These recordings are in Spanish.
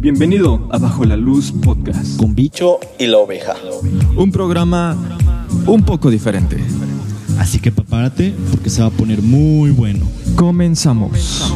Bienvenido a Bajo la Luz Podcast con Bicho y la Oveja. Un programa un poco diferente. Así que prepárate porque se va a poner muy bueno. Comenzamos.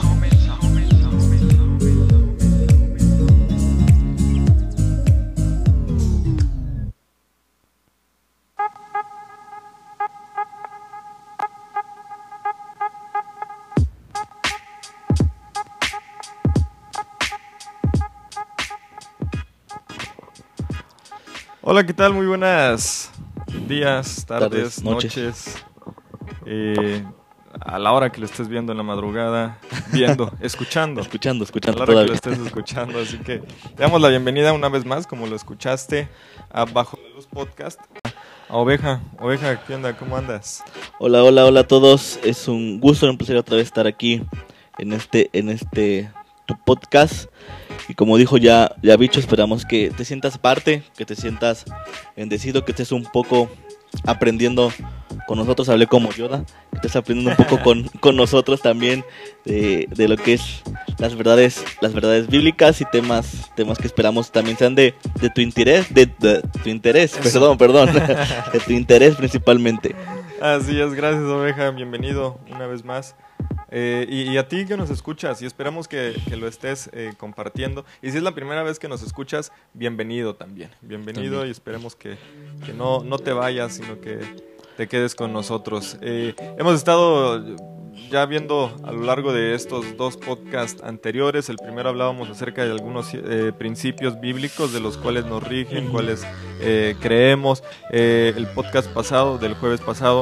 Hola, ¿qué tal? Muy buenas días, tardes, noches. A la hora que lo estés viendo en la madrugada, escuchando. Escuchando A la hora todavía. que lo estés escuchando, así que te damos la bienvenida una vez más, como lo escuchaste, a Bajo la Luz Podcast. A Oveja, ¿qué onda? ¿Cómo andas? Hola a todos. Es un gusto, un placer otra vez estar aquí en este tu podcast. Y como dijo ya Bicho, esperamos que te sientas parte, que te sientas bendecido, que estés un poco aprendiendo con nosotros. Hablé como Yoda, que estés aprendiendo un poco con nosotros también de lo que es las verdades bíblicas y temas que esperamos también sean de tu interés, de tu interés, perdón, de tu interés principalmente. Así es, gracias Oveja, bienvenido una vez más. Y a ti que nos escuchas, y esperamos que lo estés compartiendo. Y si es la primera vez que nos escuchas, bienvenido también. Y esperemos que no te vayas, sino que te quedes con nosotros. Hemos estado ya viendo a lo largo de estos dos podcasts anteriores. El primero hablábamos acerca de algunos principios bíblicos de los cuales nos rigen, cuales creemos. El podcast pasado, del jueves pasado,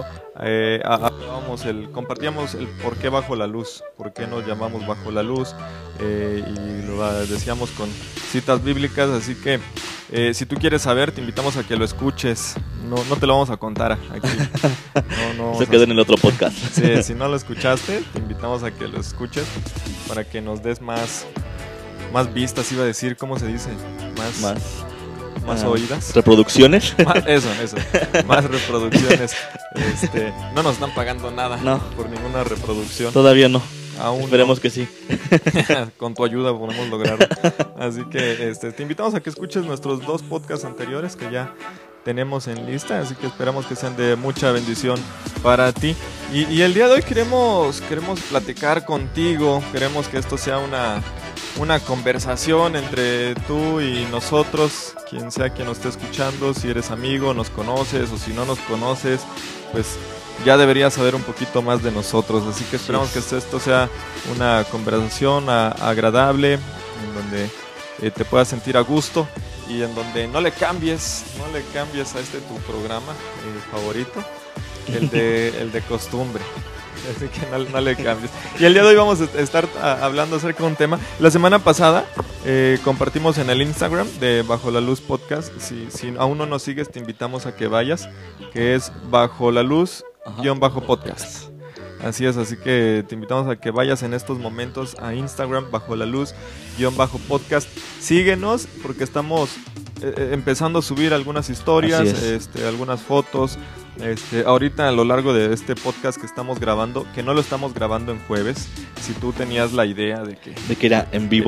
compartíamos el por qué Bajo la Luz, por qué nos llamamos Bajo la Luz, y lo decíamos con citas bíblicas. Así que si tú quieres saber, te invitamos a que lo escuches. No te lo vamos a contar aquí. No Se quedó en el otro podcast. Sí, si no lo escuchaste, te invitamos a que lo escuches para que nos des más vistas, iba a decir, ¿cómo se dice? Más oídas. ¿Reproducciones? Eso. Más reproducciones. No nos están pagando nada por ninguna reproducción. Todavía no. Aún esperemos no. Que sí. Con tu ayuda podemos lograrlo. Así que te invitamos a que escuches nuestros dos podcasts anteriores que ya tenemos en lista, así que esperamos que sean de mucha bendición para ti. Y el día de hoy queremos platicar contigo. Queremos que esto sea una conversación entre tú y nosotros, quien sea quien nos esté escuchando. Si eres amigo, nos conoces, o si no nos conoces, pues ya deberías saber un poquito más de nosotros. Así que esperamos que esto sea una conversación agradable, en donde te puedas sentir a gusto y en donde no le cambies a tu programa favorito, el de costumbre. Así que no le cambies. Y el día de hoy vamos a estar hablando acerca de un tema. La semana pasada compartimos en el Instagram de Bajo la Luz Podcast. Si aún no nos sigues, te invitamos a que vayas, que es Bajo la Luz-podcast. Así es, así que te invitamos a que vayas en estos momentos a Instagram, Bajo la Luz-podcast. Síguenos porque estamos empezando a subir algunas historias, algunas fotos. Ahorita a lo largo de este podcast que estamos grabando, que no lo estamos grabando en jueves, si tú tenías la idea de que era en vivo,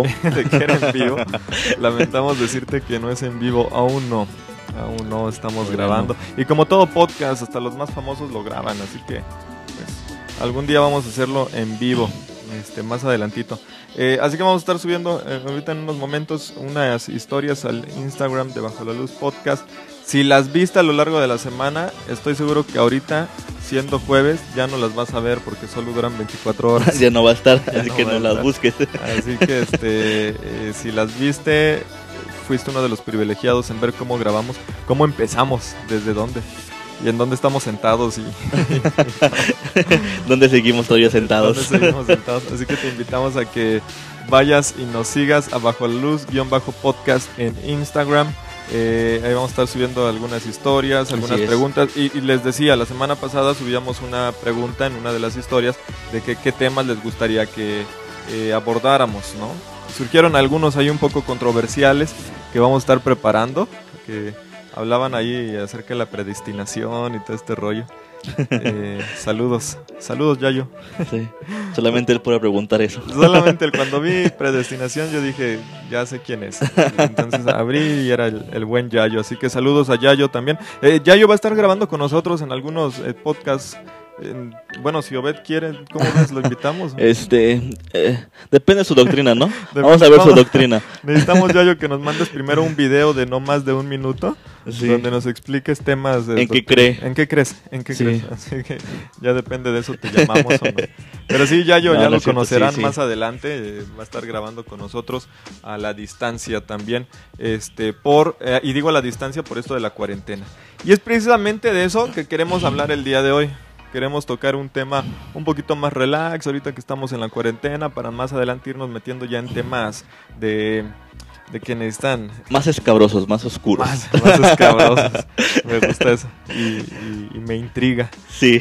lamentamos decirte que no es en vivo, aún no estamos grabando. Y como todo podcast, hasta los más famosos lo graban, así que pues, algún día vamos a hacerlo en vivo, más adelantito. Así que vamos a estar subiendo ahorita en unos momentos unas historias al Instagram de Bajo la Luz Podcast. Si las viste a lo largo de la semana, estoy seguro que ahorita, siendo jueves, ya no las vas a ver porque solo duran 24 horas. Ya no va a estar, así que no las busques. Así que si las viste, fuiste uno de los privilegiados en ver cómo grabamos, cómo empezamos, desde dónde y en dónde estamos sentados y ¿Dónde seguimos todavía sentados? Así que te invitamos a que vayas y nos sigas a Bajo la Luz-podcast en Instagram. Ahí vamos a estar subiendo algunas historias, algunas preguntas. Y les decía, la semana pasada subíamos una pregunta en una de las historias de qué temas les gustaría que abordáramos, ¿no? Surgieron algunos ahí un poco controversiales que vamos a estar preparando, que hablaban ahí acerca de la predestinación y todo este rollo. Saludos, Yayo. Sí, solamente él puede preguntar eso. Solamente cuando vi predestinación yo dije, ya sé quién es. Entonces abrí y era el buen Yayo. Así que saludos a Yayo también. Yayo va a estar grabando con nosotros en algunos podcasts. Bueno, si Obed quiere, ¿cómo ves? ¿Lo invitamos? Depende de su doctrina, ¿no? Vamos a ver su doctrina. Necesitamos, Yayo, que nos mandes primero un video de no más de 1 minuto, sí, donde nos expliques temas. ¿En qué cree? ¿En qué crees? Sí. ¿Crees? Así que ya depende de eso, te llamamos o no. Pero sí, Yayo, ya lo conocerán más adelante. Va a estar grabando con nosotros a la distancia también. Y digo a la distancia por esto de la cuarentena. Y es precisamente de eso que queremos hablar el día de hoy. Queremos tocar un tema un poquito más relax ahorita que estamos en la cuarentena, para más adelante irnos metiendo ya en temas de quienes están más escabrosos, más oscuros. Más escabrosos. Me gusta eso y me intriga. Sí.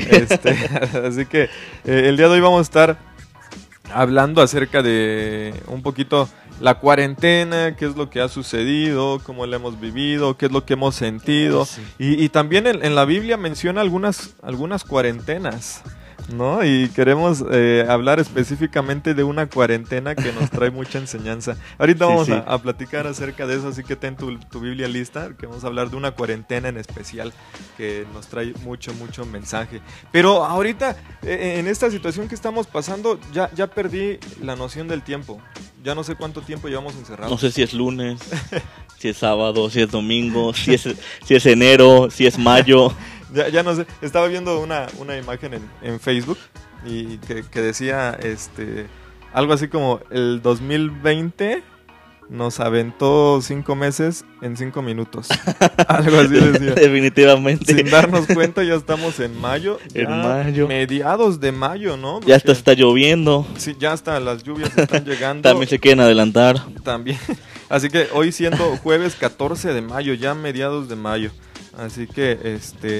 Así que el día de hoy vamos a estar hablando acerca de un poquito la cuarentena, qué es lo que ha sucedido, cómo la hemos vivido, qué es lo que hemos sentido. Sí. Y también en la Biblia menciona algunas cuarentenas, ¿no? Y queremos hablar específicamente de una cuarentena que nos trae mucha enseñanza. Ahorita vamos a platicar acerca de eso, así que ten tu Biblia lista, que vamos a hablar de una cuarentena en especial que nos trae mucho mensaje. Pero ahorita, en esta situación que estamos pasando, ya perdí la noción del tiempo. Ya no sé cuánto tiempo llevamos encerrados. No sé si es lunes, si es sábado, si es domingo, si es enero, si es mayo. Ya no sé. Estaba viendo una imagen en Facebook y que decía algo así como el 2020 nos aventó 5 meses en 5 minutos. Algo así decía. Definitivamente. Sin darnos cuenta ya estamos en mayo. En mayo. Mediados de mayo, ¿no? Porque ya está lloviendo. Sí, ya hasta las lluvias están llegando. También se quieren adelantar. También. Así que hoy siendo jueves 14 de mayo, ya mediados de mayo. Así que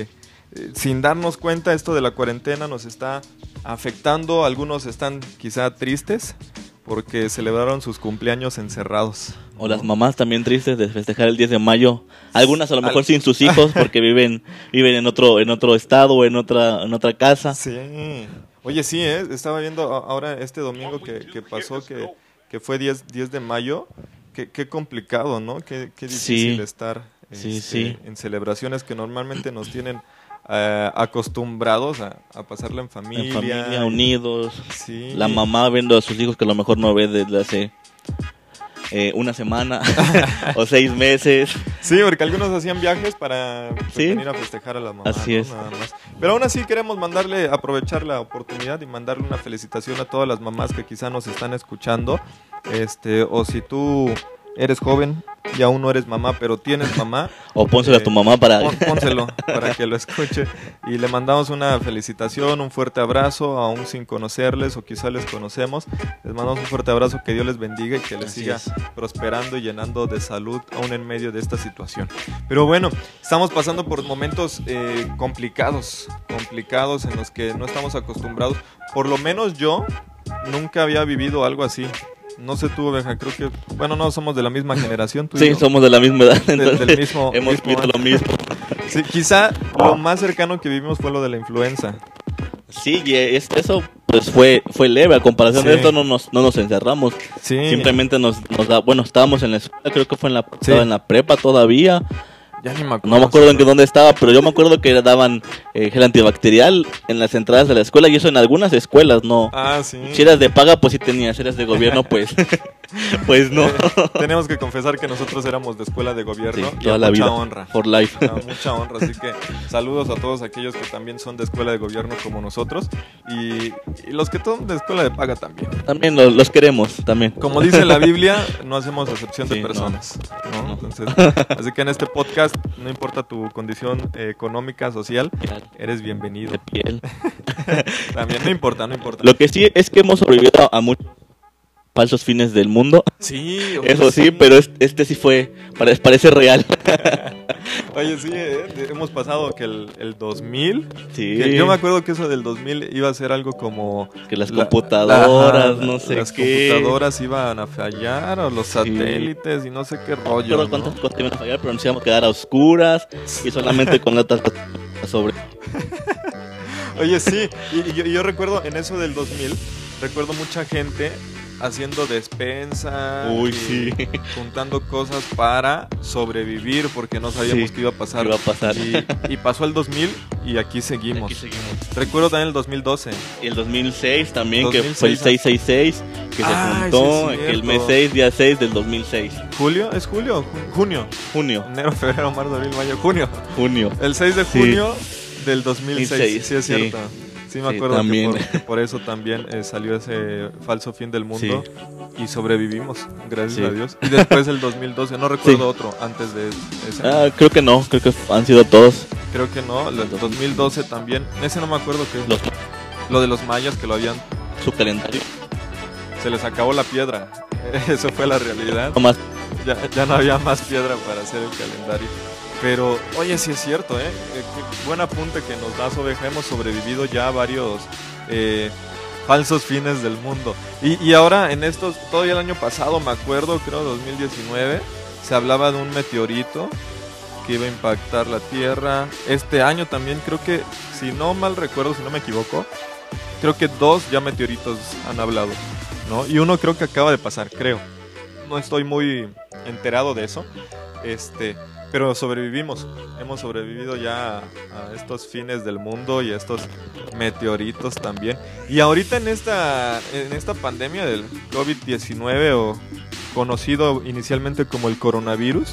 sin darnos cuenta, esto de la cuarentena nos está afectando. Algunos están quizá tristes porque celebraron sus cumpleaños encerrados. O las mamás también tristes de festejar el 10 de mayo. Algunas a lo mejor sin sus hijos porque viven en otro estado o en otra casa. Sí. Oye, sí, estaba viendo ahora este domingo que pasó, que fue 10 de mayo. Qué complicado, ¿no? Qué difícil estar en celebraciones que normalmente nos tienen acostumbrados a pasarla en familia, unidos. Sí. La mamá viendo a sus hijos que a lo mejor no ve desde hace una semana o 6 meses. Sí, porque algunos hacían viajes para venir a festejar a la mamá. Así es. Nada más. Pero aún así queremos aprovechar la oportunidad y mandarle una felicitación a todas las mamás que quizá nos están escuchando. O si tú eres joven y aún no eres mamá, pero tienes mamá, o pónselo a tu mamá pónselo para que lo escuche. Y le mandamos una felicitación, un fuerte abrazo, aún sin conocerles o quizá les conocemos. Les mandamos un fuerte abrazo, que Dios les bendiga y que les siga prosperando y llenando de salud aún en medio de esta situación. Pero bueno, estamos pasando por momentos complicados en los que no estamos acostumbrados. Por lo menos yo nunca había vivido algo así. No sé tú, Benja, creo que... Bueno, no, somos de la misma generación. Tú y yo. Somos de la misma edad, entonces del mismo, hemos visto lo mismo. Sí, quizá lo más cercano que vivimos fue lo de la influenza. Sí, y eso pues fue leve. A comparación de esto no nos encerramos. Sí. Simplemente nos da... Bueno, estábamos en la escuela, creo que estaba en la prepa todavía. Ya ni me acuerdo. No me acuerdo en dónde estaba, pero yo me acuerdo que daban gel antibacterial en las entradas de la escuela, y eso en algunas escuelas, ¿no? Ah, sí. Si eras de paga, pues sí tenías. Si eras de gobierno, pues pues no. Tenemos que confesar que nosotros éramos de escuela de gobierno, y toda la mucha vida, honra. For life. Mucha honra, así que saludos a todos aquellos que también son de escuela de gobierno como nosotros, y los que son de escuela de paga también. También los queremos, también. Como dice la Biblia, no hacemos excepción de personas. ¿No? Entonces, así que en este podcast, no importa tu condición económica, social, eres bienvenido. De piel. También no importa. Lo que sí es que hemos sobrevivido a mucho. falsos fines del mundo. Sí, Eso sí, pero este sí fue, parece real. Oye, sí, hemos pasado que el 2000, Sí. que yo me acuerdo que eso del 2000 iba a ser algo como... Que las computadoras, ajá, no sé las qué. computadoras iban a fallar, o los satélites y no sé qué No rollo, recuerdo cuántas cosas iban a fallar, pero nos íbamos a quedar a oscuras y solamente con notas sobre... Oye, sí, y yo recuerdo en eso del 2000, recuerdo mucha gente haciendo despensa, Uy, y sí. juntando cosas para sobrevivir porque no sabíamos Sí, qué iba a pasar. qué iba a pasar. Y pasó el 2000 y aquí seguimos. Aquí seguimos. Recuerdo también el 2012. Y el 2006 también, 2006, que fue el 666, que se Ay, juntó sí, es el mes cierto. 6, día 6 del 2006. ¿Julio? ¿Es julio? Junio. Junio. Enero, febrero, marzo, abril, mayo, junio. Junio. El 6 de Sí. junio del 2006. 2006, Sí, es sí. cierto. Sí, me Sí, acuerdo también. que por eso también salió ese falso fin del mundo y sobrevivimos, gracias Sí. a Dios. Y después el 2012, no recuerdo otro antes de ese. Creo que no, creo que han sido todos. Creo que no, el 2012 también. Ese no me acuerdo qué es. Los, Lo de los mayas que lo habían, su calendario. se les acabó la piedra. Eso fue la realidad. No más. Ya no había más piedra para hacer el calendario. Pero, oye, sí es cierto, qué buen apunte que nos das, Oveja. Hemos sobrevivido ya a varios falsos fines del mundo. Y ahora, en estos, todavía el año pasado, me acuerdo, creo 2019, se hablaba de un meteorito que iba a impactar la Tierra. Este año también, creo que, si no mal recuerdo, si no me equivoco, creo que 2 ya meteoritos han hablado, ¿no? Y uno creo que acaba de pasar, creo. No estoy muy enterado de eso. Pero sobrevivimos, hemos sobrevivido ya a estos fines del mundo y a estos meteoritos también. Y ahorita en esta pandemia del COVID-19, o conocido inicialmente como el coronavirus,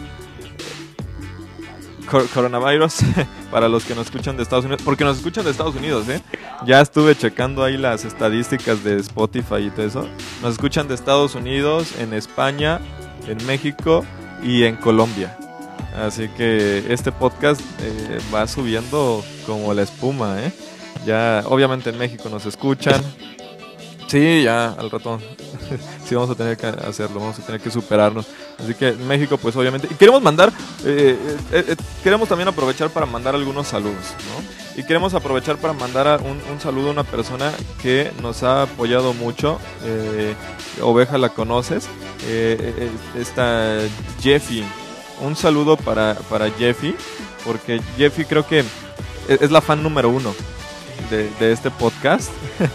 coronavirus, para los que nos escuchan de Estados Unidos, porque nos escuchan de Estados Unidos, ya estuve checando ahí las estadísticas de Spotify y todo eso. Nos escuchan de Estados Unidos, en España, en México y en Colombia. Así que este podcast va subiendo como la espuma, Ya, obviamente en México nos escuchan. Sí, ya al rato sí vamos a tener que hacerlo, vamos a tener que superarnos. Así que en México, pues obviamente. Y queremos mandar, queremos también aprovechar para mandar algunos saludos, ¿no? Y queremos aprovechar para mandar un saludo a una persona que nos ha apoyado mucho. Oveja, la conoces. Esta Jeffy. Un saludo para Jeffy, porque Jeffy creo que es la fan número 1 de este podcast.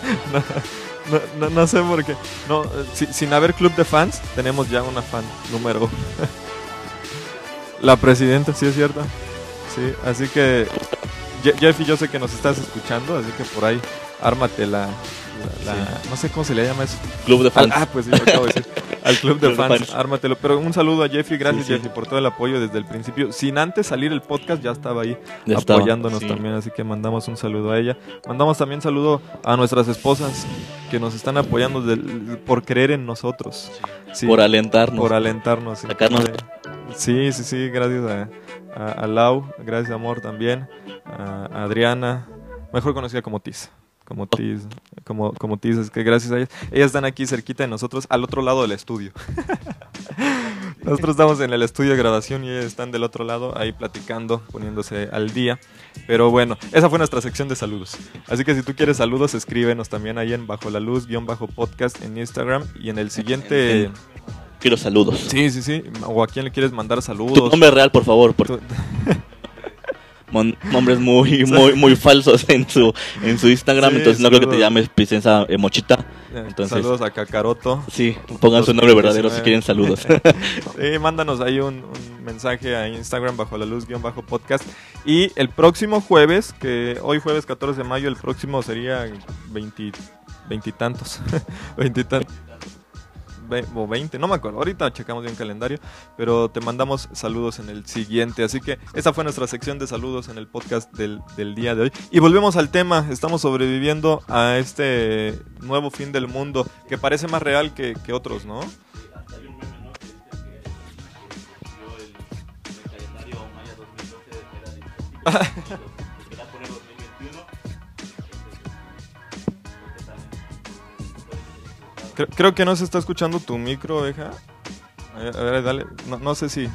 No sé por qué. No, sin haber club de fans, tenemos ya una fan número 1. La presidenta, sí es cierto. Sí, así que Jeffy, yo sé que nos estás escuchando, así que por ahí ármate no sé cómo se le llama eso. Club de fans. Pues sí, lo acabo de decir. Al club de fans, fans. ármatelo. Pero un saludo a Jeffy, gracias Sí. Jeffy por todo el apoyo desde el principio. Sin antes salir el podcast, ya estaba ahí Ya estaba, apoyándonos sí. también, así que mandamos un saludo a ella. Mandamos también saludo a nuestras esposas que nos están apoyando por creer en nosotros. Sí, Por alentarnos. por alentarnos. Sacarnos Sí, gracias a Lau, gracias amor también, a Adriana, mejor conocida como Tiz. Como Tiz, es que gracias a ellas están aquí cerquita de nosotros, al otro lado del estudio. Nosotros estamos en el estudio de grabación y ellas están del otro lado, ahí platicando, poniéndose al día. Pero bueno, esa fue nuestra sección de saludos. Así que si tú quieres saludos, escríbenos también ahí en Bajo la Luz, _podcast en Instagram. Y en el siguiente... Quiero saludos. Sí. O a quién le quieres mandar Tu saludos. nombre real, por favor, porque nombres muy falsos en su Instagram, Sí, entonces no creo que te saludos. llames Princesa Mochita. Entonces, Saludos a Kakaroto. sí, pongan su nombre verdadero si 2019. quieren saludos. Sí, mándanos ahí un mensaje a Instagram Bajo la Luz _podcast. Y el próximo jueves, que hoy jueves 14 de mayo, el próximo sería veintitantos. O 20, no me acuerdo, ahorita checamos bien el calendario, pero te mandamos saludos en el siguiente. Así que esa fue nuestra sección de saludos en el podcast del día de hoy. Y volvemos al tema, estamos sobreviviendo a este nuevo fin del mundo que parece más real que otros, ¿no? Creo que no se está escuchando tu micro, Oveja. A ver, dale. No sé si...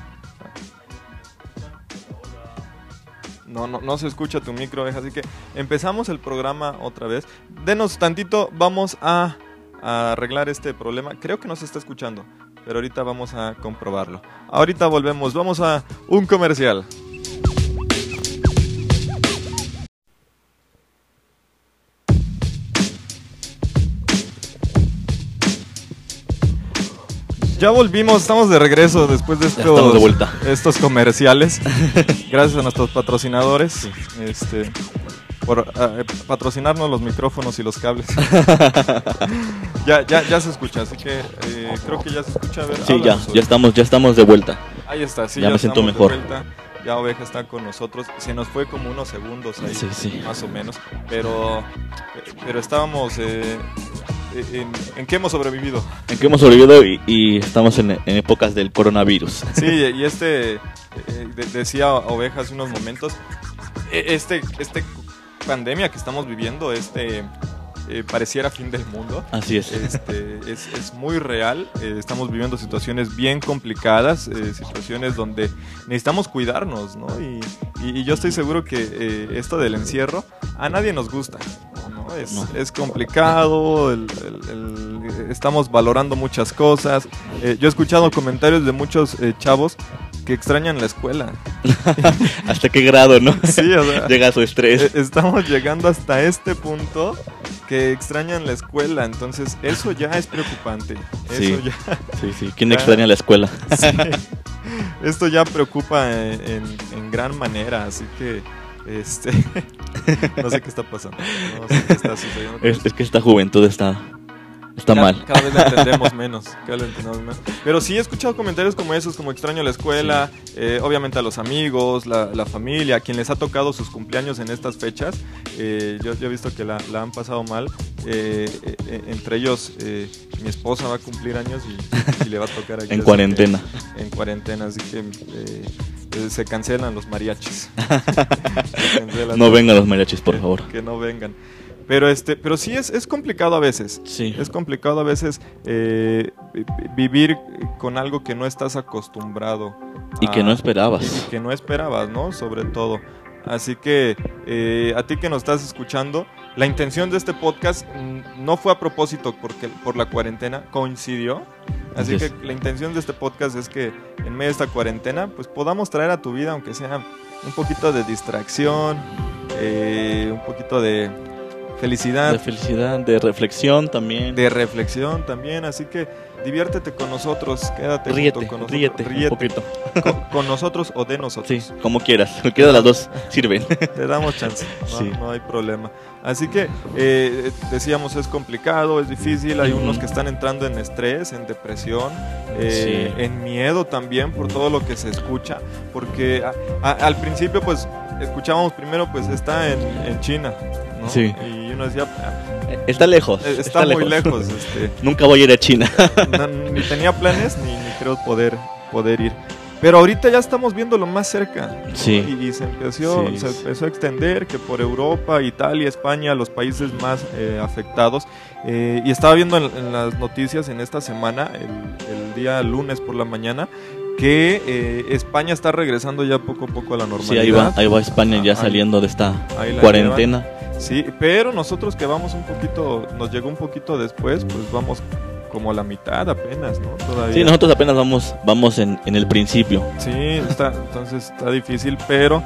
No se escucha tu micro, Oveja, así que empezamos el programa otra vez. Denos tantito, vamos a arreglar este problema. Creo que no se está escuchando, pero ahorita vamos a comprobarlo. Ahorita volvemos, vamos a un comercial. Ya volvimos, estamos de regreso después de estamos de vuelta. Estos comerciales. Gracias a nuestros patrocinadores por patrocinarnos los micrófonos y los cables. ya se escucha, así que creo que ya se escucha. A ver, sí, ya estamos de vuelta. Ahí está, sí, ya me siento mejor. Ya Oveja está con nosotros. Se nos fue como unos segundos ahí, sí. más o menos. Pero estábamos... ¿En qué hemos sobrevivido? En qué hemos sobrevivido y estamos en épocas del coronavirus. Sí, y decía Oveja hace unos momentos, pandemia que estamos viviendo, pareciera fin del mundo. Así es. Es muy real. Estamos viviendo situaciones bien complicadas, situaciones donde necesitamos cuidarnos, ¿no? Y yo estoy seguro que esto del encierro a nadie nos gusta, ¿no? Es complicado, estamos valorando muchas cosas. Yo he escuchado comentarios de muchos chavos que extrañan la escuela. ¿Hasta qué grado, no? Sí, o sea, llega su estrés. Estamos llegando hasta este punto que extrañan la escuela, entonces eso ya es preocupante. Sí. ¿Quién extraña la escuela? Sí. Esto ya preocupa en gran manera, así que no sé qué está pasando. No sé qué está sucediendo. Es que esta juventud está mal. Cada vez la entendemos menos. Pero sí he escuchado comentarios como esos, como extraño la escuela, obviamente a los amigos, la familia, a quien les ha tocado sus cumpleaños en estas fechas. Yo he visto que la han pasado mal. Entre ellos, mi esposa va a cumplir años y le va a tocar aquí. En cuarentena. En cuarentena, así que se cancelan los mariachis. No vengan los mariachis, por favor. Que no vengan. Pero sí es complicado a veces. Sí. Es complicado a veces vivir con algo que no estás acostumbrado. Y que no esperabas. Que no esperabas, ¿no? Sobre todo. Así que a ti que nos estás escuchando, la intención de este podcast no fue a propósito por la cuarentena, coincidió. Así que la intención de este podcast es que en medio de esta cuarentena pues podamos traer a tu vida, aunque sea un poquito de distracción, un poquito de felicidad. De felicidad, de reflexión también. Así que diviértete con nosotros, quédate ríete con nosotros. un poquito. Con nosotros o de nosotros. Sí, como quieras, cualquiera de las dos sirven. Te damos chance, no hay problema. Así que decíamos, es complicado, es difícil, hay unos que están entrando en estrés, en depresión, en miedo también por todo lo que se escucha, porque al principio pues escuchábamos primero pues está en China, ¿no? Sí. Y uno decía... Está lejos. Está muy lejos. Nunca voy a ir a China. Ni tenía planes, ni creo poder ir. Pero ahorita ya estamos viéndolo más cerca. Sí. Y se empezó a extender, que por Europa, Italia, España, los países más afectados. Y estaba viendo en las noticias en esta semana, el día lunes por la mañana, que España está regresando ya poco a poco a la normalidad. Sí, ahí va España ya saliendo de esta cuarentena. Sí, pero nosotros que vamos un poquito, nos llegó un poquito después, pues vamos como a la mitad apenas, ¿no? Todavía. Sí, nosotros apenas vamos en el principio. Sí, entonces está difícil, pero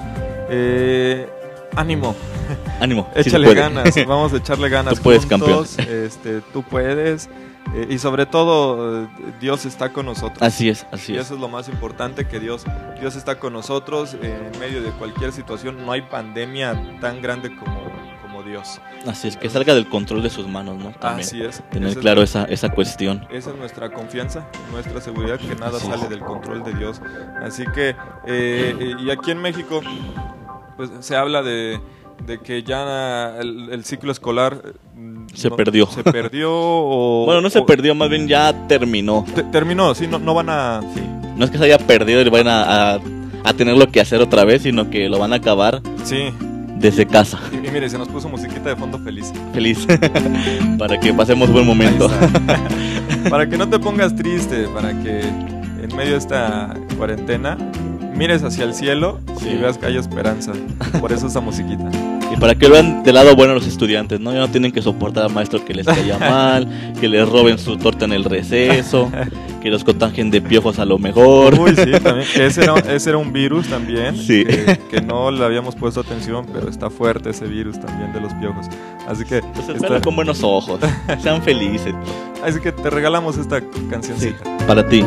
ánimo. Échale ganas, vamos a echarle ganas. Tú puedes, juntos, campeón. Tú puedes. Y sobre todo, Dios está con nosotros. Así es. Y eso es lo más importante, que Dios está con nosotros en medio de cualquier situación. No hay pandemia tan grande como Dios. Así es, que salga del control de sus manos, ¿no? También así es. Tener claro esa cuestión. Esa es nuestra confianza, nuestra seguridad, que nada sale del control de Dios. Así que, y aquí en México, pues se habla de que ya el ciclo escolar se perdió. Se perdió bueno, no se perdió, más bien ya terminó. Terminó, sí, no van a... Sí. No es que se haya perdido y vayan a tener lo que hacer otra vez, sino que lo van a acabar. Sí. desde casa. Y mire, se nos puso musiquita de fondo feliz. Feliz. Para que pasemos buen momento. Para que no te pongas triste, para que en medio de esta cuarentena mires hacia el cielo y veas que hay esperanza. Por eso esa musiquita. Y para que vean del lado bueno los estudiantes, ¿no? Ya no tienen que soportar al maestro que les caiga mal, que les roben su torta en el receso, que los contagien de piojos a lo mejor. Uy, sí, también. Ese era un virus también, sí. que no le habíamos puesto atención, pero está fuerte ese virus también de los piojos. Así que... Pues vean con buenos ojos, sean felices. Así que te regalamos esta cancioncita. Sí, para ti.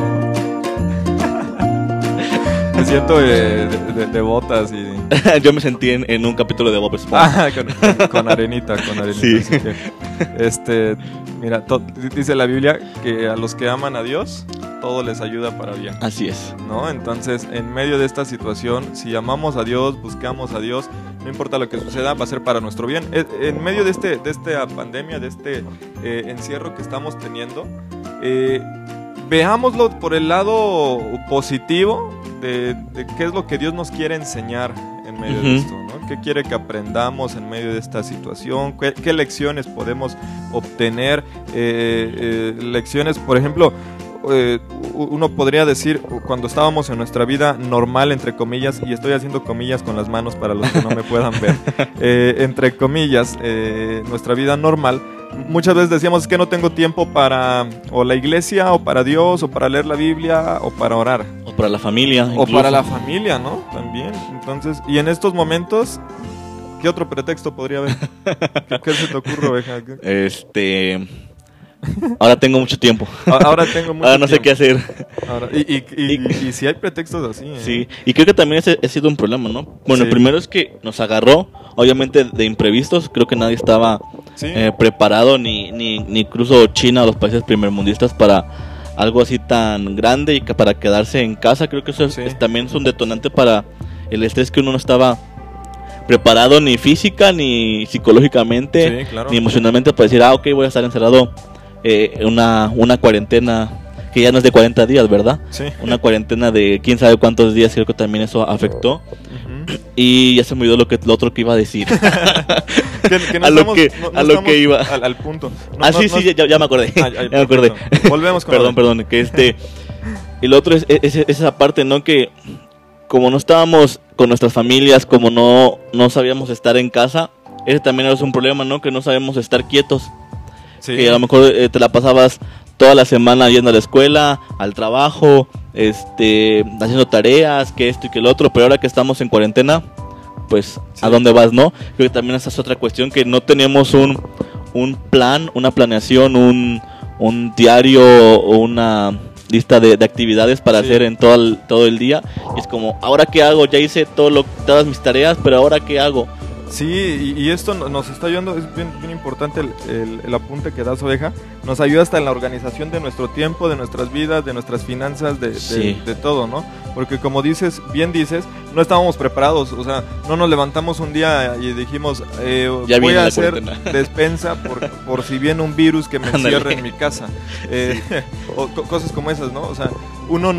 Me siento de botas y... Yo me sentí en un capítulo de Bob Esponja. Con arenita. Sí. Así que, mira, dice la Biblia que a los que aman a Dios, todo les ayuda para bien. Así es. ¿No? Entonces, en medio de esta situación, si amamos a Dios, buscamos a Dios, no importa lo que suceda, va a ser para nuestro bien. En medio de esta pandemia, de este encierro que estamos teniendo, veámoslo por el lado positivo de qué es lo que Dios nos quiere enseñar en medio de esto, ¿no? ¿Qué quiere que aprendamos en medio de esta situación? ¿Qué lecciones podemos obtener? Lecciones, por ejemplo, uno podría decir, cuando estábamos en nuestra vida normal, entre comillas, y estoy haciendo comillas con las manos para los que no me puedan ver, entre comillas, nuestra vida normal, muchas veces decíamos, es que no tengo tiempo para o la iglesia, o para Dios, o para leer la Biblia, o para orar. O para la familia. O incluso para la familia, ¿no? También. Entonces, y en estos momentos, ¿qué otro pretexto podría haber? ¿Qué se te ocurre, oveja? Ahora tengo mucho tiempo. Ahora tengo mucho Ahora no sé tiempo. qué hacer. Ahora, y si hay pretextos así, ¿eh? Sí, y creo que también ese ha sido un problema, ¿no? Bueno, el primero es que nos agarró, obviamente, de imprevistos. Creo que nadie estaba preparado, ni incluso China o los países primermundistas para algo así tan grande y que para quedarse en casa. Creo que eso también es un detonante para el estrés, que uno no estaba preparado ni física, ni psicológicamente, ni emocionalmente para decir, ok, voy a estar encerrado una cuarentena que ya no es de 40 días, ¿verdad? Sí. Una cuarentena de quién sabe cuántos días. Creo que también eso afectó. Y ya se me olvidó lo otro que iba a decir. A lo que iba. Al punto. Sí, ya me acordé. Ya me acordé. Volvemos con Perdón, que y lo otro es esa parte, ¿no? Que como no estábamos con nuestras familias, como no sabíamos estar en casa, ese también es un problema, ¿no? Que no sabemos estar quietos. Sí. Que a lo mejor te la pasabas toda la semana yendo a la escuela, al trabajo, haciendo tareas, que esto y que el otro, pero ahora que estamos en cuarentena, pues, ¿a dónde vas, no? Creo que también esa es otra cuestión, que no tenemos un plan, una planeación, un diario o una lista de actividades para hacer en todo el día. Y es como, ¿ahora qué hago? Ya hice todas mis tareas, pero ¿ahora qué hago? Sí, y esto nos está ayudando, es bien importante el apunte que das, oveja. Nos ayuda hasta en la organización de nuestro tiempo, de nuestras vidas, de nuestras finanzas, de todo, ¿no? Porque como bien dices, no estábamos preparados, o sea, no nos levantamos un día y dijimos, voy a hacer despensa por si viene un virus que me encierre en mi casa. O cosas como esas, ¿no? O sea, uno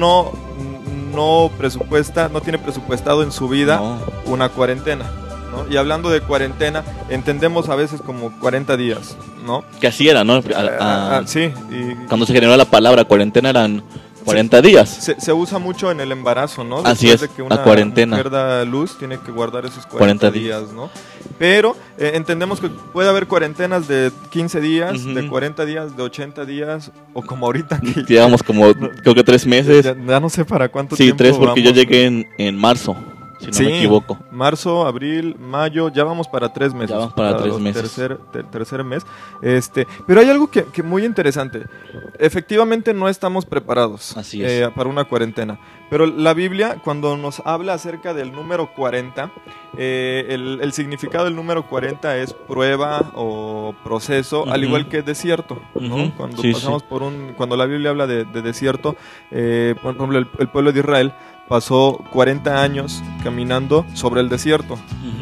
no tiene presupuestado en su vida una cuarentena, ¿no? Y hablando de cuarentena, entendemos a veces como 40 días, ¿no? Que así era, ¿no? Sí. Cuando se generó la palabra cuarentena eran 40 días. Se usa mucho en el embarazo, ¿no? Así Después es, de que una cuarentena. mujer da luz, tiene que guardar esos 40 días, ¿no? Pero entendemos que puede haber cuarentenas de 15 días, de 40 días, de 80 días, o como ahorita que... Llevamos como, creo que 3 meses. Ya no sé para cuánto tiempo. Sí, 3 porque yo llegué en marzo. Si no me equivoco. Marzo, abril, mayo, ya vamos para 3 meses. Ya vamos para 3 meses. Tercer mes. Pero hay algo que muy interesante. Efectivamente no estamos preparados para una cuarentena. Pero la Biblia, cuando nos habla acerca del número 40, el significado del número 40 es prueba o proceso, al igual que desierto, ¿no? Cuando pasamos por cuando la Biblia habla de desierto, por ejemplo, el pueblo de Israel pasó 40 años caminando sobre el desierto.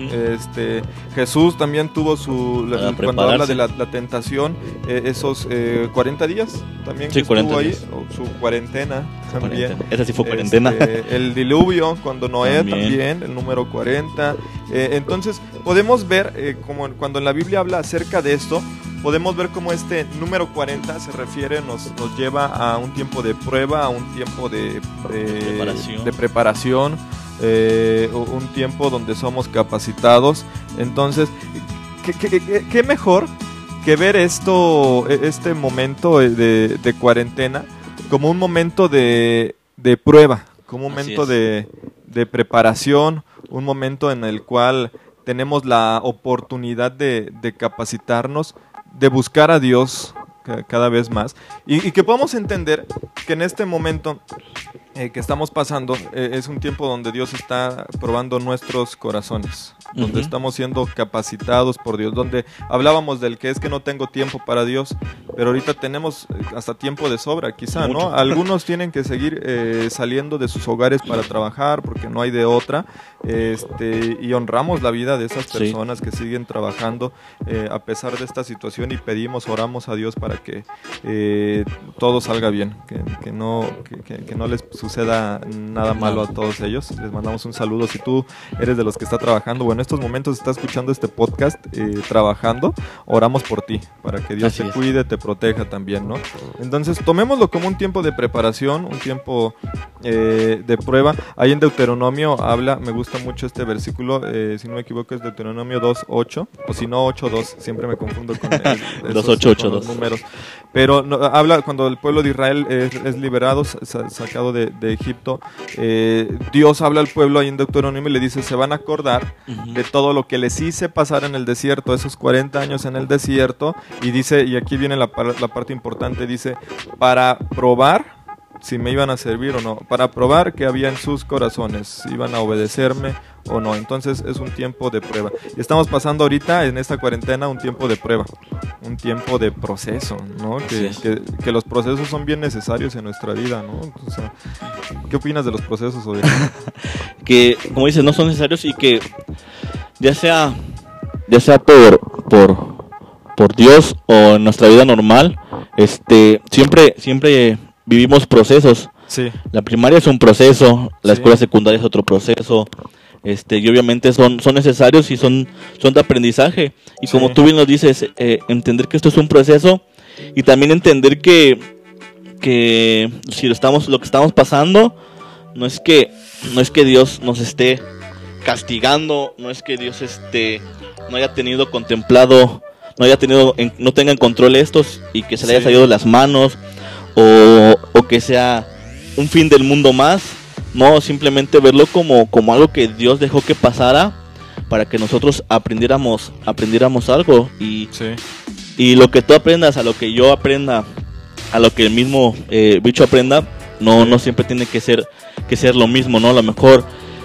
Jesús también tuvo cuando habla de la tentación, esos 40 días también que estuvo ahí, su cuarentena también. Esa sí fue cuarentena. El diluvio, cuando Noé también, el número 40. Entonces podemos ver, como cuando en la Biblia habla acerca de esto, podemos ver cómo este número 40 se refiere, nos lleva a un tiempo de prueba, a un tiempo de preparación, un tiempo donde somos capacitados. Entonces, ¿qué mejor que ver este momento de cuarentena como un momento de prueba, como un momento de preparación, un momento en el cual tenemos la oportunidad de capacitarnos, de buscar a Dios cada vez más, y que podamos entender que en este momento que estamos pasando es un tiempo donde Dios está probando nuestros corazones, donde estamos siendo capacitados por Dios, donde hablábamos del que es que no tengo tiempo para Dios, pero ahorita tenemos hasta tiempo de sobra, quizá, ¿no? Algunos tienen que seguir saliendo de sus hogares para trabajar porque no hay de otra, y honramos la vida de esas personas que siguen trabajando a pesar de esta situación, y oramos a Dios para que todo salga bien, que no les suceda nada malo a todos ellos. Les mandamos un saludo. Si tú eres de los que está trabajando o en estos momentos está escuchando este podcast trabajando, oramos por ti, para que Dios te cuide, te proteja también, ¿no? Entonces tomémoslo como un tiempo de preparación, un tiempo de prueba. Ahí en Deuteronomio habla, me gusta mucho este versículo, si no me equivoco es Deuteronomio 2:8, o si no 8:2, siempre me confundo con los números. Pero habla cuando el pueblo de Israel es liberado, sacado de Egipto, Dios habla al pueblo ahí en Deuteronomio y le dice: se van a acordar de todo lo que les hice pasar en el desierto, esos 40 años en el desierto, y dice, y aquí viene la parte importante, dice, para probar si me iban a servir o no, para probar que había en sus corazones, si iban a obedecerme o no. Entonces es un tiempo de prueba, y estamos pasando ahorita en esta cuarentena un tiempo de prueba, un tiempo de proceso, ¿no? Que los procesos son bien necesarios en nuestra vida, ¿no? O sea, ¿qué opinas de los procesos, Odín? Que, como dices, no son necesarios, y que ya sea por Dios o en nuestra vida normal, siempre vivimos procesos. Sí. La primaria es un proceso, la escuela secundaria es otro proceso, y obviamente son necesarios y son de aprendizaje. Y como tú bien nos dices, entender que esto es un proceso, y también entender que si lo que estamos pasando, no es que Dios nos esté castigando, no es que Dios no haya tenido contemplado, no tenga en control estos y que se le haya salido de las manos, o que sea un fin del mundo más. No, simplemente verlo como algo que Dios dejó que pasara para que nosotros aprendiéramos algo, y lo que tú aprendas, a lo que yo aprenda, a lo que el mismo bicho aprenda, no siempre tiene que ser lo mismo, ¿no? A lo mejor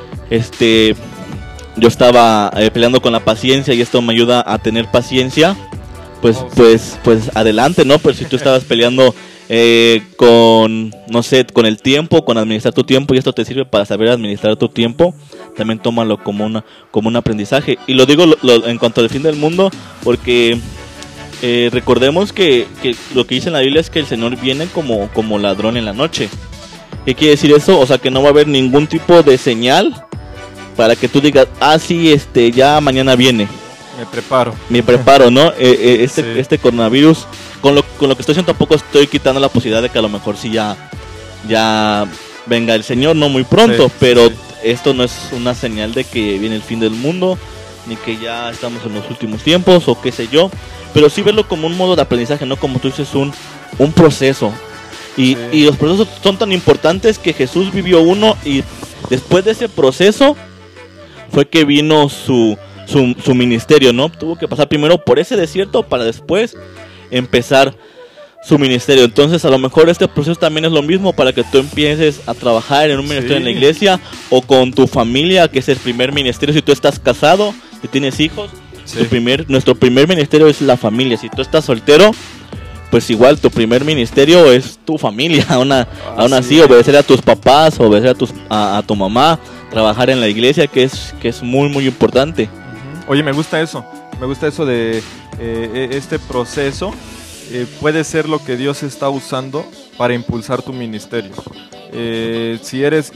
yo estaba peleando con la paciencia y esto me ayuda a tener paciencia, pues adelante, ¿no? Pero si tú estabas peleando con el tiempo, con administrar tu tiempo, y esto te sirve para saber administrar tu tiempo, también tómalo como un aprendizaje. Y lo digo en cuanto al fin del mundo, porque recordemos que lo que dice en la Biblia es que el Señor viene como ladrón en la noche. ¿Qué quiere decir eso? O sea, que no va a haber ningún tipo de señal para que tú digas, sí, ya mañana viene. Me preparo, ¿no? Este coronavirus, con lo que estoy haciendo, tampoco estoy quitando la posibilidad de que a lo mejor sí ya venga el Señor, no muy pronto, pero esto no es una señal de que viene el fin del mundo, ni que ya estamos en los últimos tiempos, o qué sé yo, pero sí verlo como un modo de aprendizaje, no como tú dices, un proceso. Y los procesos son tan importantes que Jesús vivió uno, y después de ese proceso fue que vino su ministerio, ¿no? Tuvo que pasar primero por ese desierto para después empezar su ministerio. Entonces a lo mejor este proceso también es lo mismo para que tú empieces a trabajar en un ministerio en la iglesia, o con tu familia, que es el primer ministerio. Si tú estás casado, si tienes hijos, nuestro primer ministerio es la familia. Si tú estás soltero, pues igual tu primer ministerio es tu familia, aún así obedecer a tus papás, obedecer a tu mamá, trabajar en la iglesia, que es muy muy importante. Oye, me gusta eso de este proceso. Puede ser lo que Dios está usando para impulsar tu ministerio. Si eres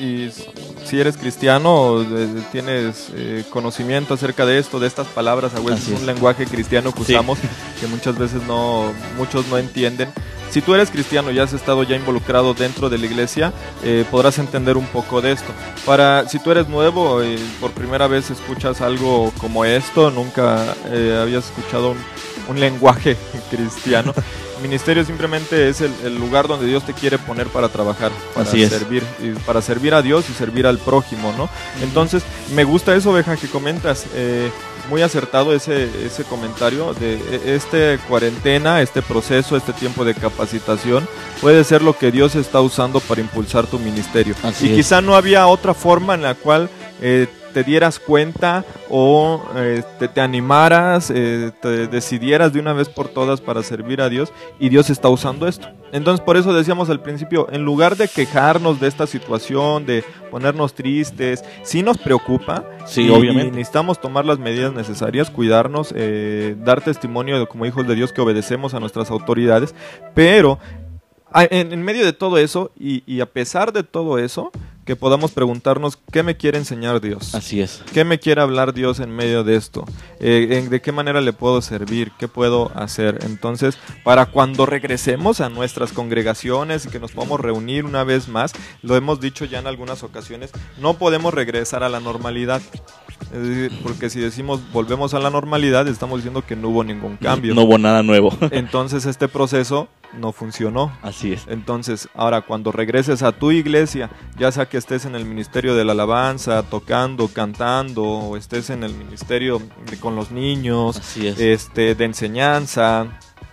cristiano, tienes conocimiento acerca de esto, de estas palabras, a veces es un lenguaje cristiano que usamos, que muchas veces muchos no entienden. Si tú eres cristiano y has estado ya involucrado dentro de la iglesia, podrás entender un poco de esto. Si tú eres nuevo y por primera vez escuchas algo como esto, nunca habías escuchado un lenguaje cristiano. Ministerio simplemente es el lugar donde Dios te quiere poner para trabajar, para servir a Dios y servir al prójimo, ¿no? Entonces, me gusta eso, Oveja, que comentas. Muy acertado ese comentario de esta cuarentena, este proceso, este tiempo de capacitación, puede ser lo que Dios está usando para impulsar tu ministerio. Y quizá no había otra forma en la cual te dieras cuenta o te animaras, te decidieras de una vez por todas para servir a Dios, y Dios está usando esto. Entonces, por eso decíamos al principio, en lugar de quejarnos de esta situación, de ponernos tristes, sí nos preocupa, obviamente, y necesitamos tomar las medidas necesarias, cuidarnos, dar testimonio como hijos de Dios que obedecemos a nuestras autoridades, pero en medio de todo eso y a pesar de todo eso, que podamos preguntarnos qué me quiere enseñar Dios. Así es. ¿Qué me quiere hablar Dios en medio de esto? ¿De qué manera le puedo servir? ¿Qué puedo hacer? Entonces, para cuando regresemos a nuestras congregaciones y que nos podamos reunir una vez más, lo hemos dicho ya en algunas ocasiones, no podemos regresar a la normalidad. Es decir, porque si decimos volvemos a la normalidad, estamos diciendo que no hubo ningún cambio. No hubo nada nuevo. Entonces este proceso no funcionó. Así es. Entonces, ahora cuando regreses a tu iglesia, ya sea que estés en el ministerio de la alabanza, tocando, cantando, o estés en el ministerio con los niños, así es, de enseñanza,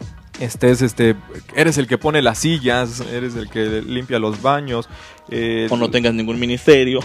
eres el que pone las sillas, eres el que limpia los baños, o no tengas ningún ministerio,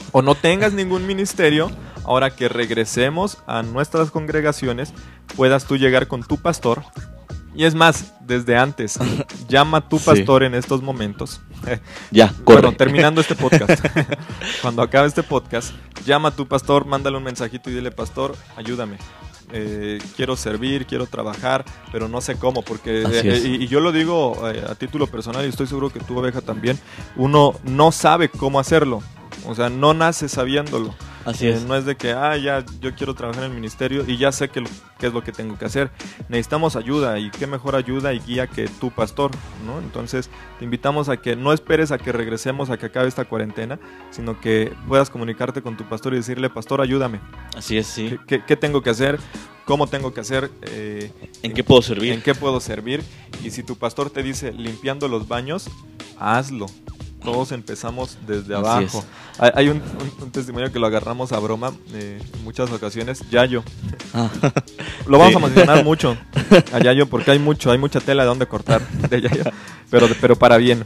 ahora que regresemos a nuestras congregaciones, puedas tú llegar con tu pastor. Y es más, desde antes, llama a tu pastor en estos momentos. Ya, corre. Bueno, terminando este podcast, cuando acabe este podcast, llama a tu pastor, mándale un mensajito y dile: pastor, ayúdame. Quiero servir, quiero trabajar, pero no sé cómo, porque y yo lo digo a título personal, y estoy seguro que tú, Oveja, también, uno no sabe cómo hacerlo, o sea, no nace sabiéndolo. Así es. No es de que, ya, yo quiero trabajar en el ministerio y ya sé qué es lo que tengo que hacer. Necesitamos ayuda, y qué mejor ayuda y guía que tu pastor, ¿no? Entonces, te invitamos a que no esperes a que regresemos, a que acabe esta cuarentena, sino que puedas comunicarte con tu pastor y decirle: pastor, ayúdame. Así es, sí. ¿Qué tengo que hacer? ¿Cómo tengo que hacer? ¿En qué puedo servir? ¿En qué puedo servir? Y si tu pastor te dice limpiando los baños, hazlo. Todos empezamos desde abajo. Hay un testimonio que lo agarramos a broma en muchas ocasiones. Yayo. Lo vamos a mencionar mucho a Yayo, porque hay mucha tela de donde cortar de Yayo. Pero para bien.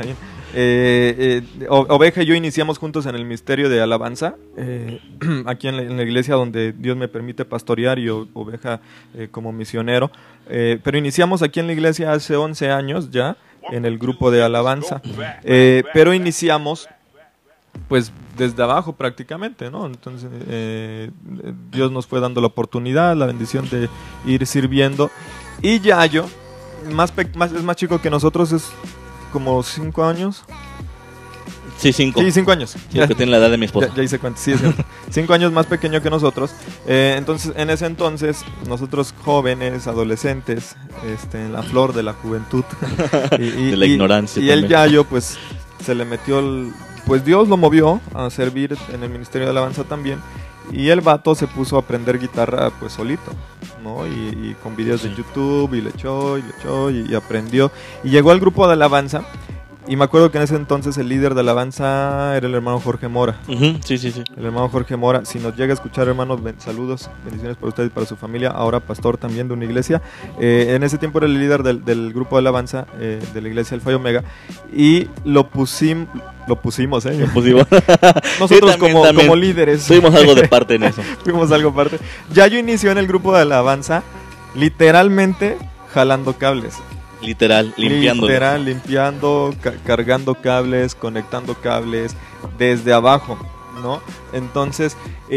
Oveja y yo iniciamos juntos en el ministerio de alabanza, aquí en la iglesia donde Dios me permite pastorear, y Oveja como misionero. Pero iniciamos aquí en la iglesia hace 11 años ya, en el grupo de alabanza, pero iniciamos pues desde abajo prácticamente, ¿no? Entonces Dios nos fue dando la oportunidad, la bendición de ir sirviendo. Y Yayo es más chico que nosotros, es como 5 años. Sí, 5. Sí, 5 años. Sí, que tiene la edad de mi esposa. Ya hice cuenta, sí, es 5 años más pequeño que nosotros. Entonces, en ese entonces, nosotros jóvenes, adolescentes, en la flor de la juventud. De la ignorancia. Y el Yayo, pues, se le metió, pues Dios lo movió a servir en el ministerio de alabanza también. Y el vato se puso a aprender guitarra, pues, solito, ¿no? Y con videos de YouTube, y le echó y aprendió. Y llegó al grupo de alabanza. Y me acuerdo que en ese entonces el líder de alabanza era el hermano Jorge Mora. Sí. El hermano Jorge Mora. Si nos llega a escuchar, hermanos, saludos, bendiciones para usted y para su familia. Ahora pastor también de una iglesia. En ese tiempo era el líder del grupo de alabanza de la iglesia Alfa y Omega. Y lo pusimos. Nosotros sí, como líderes. Fuimos algo de parte en eso. Fuimos algo parte. Ya yo inició en el grupo de alabanza, literalmente jalando cables. Literal, limpiando, cargando cables, conectando cables desde abajo, ¿no? Entonces,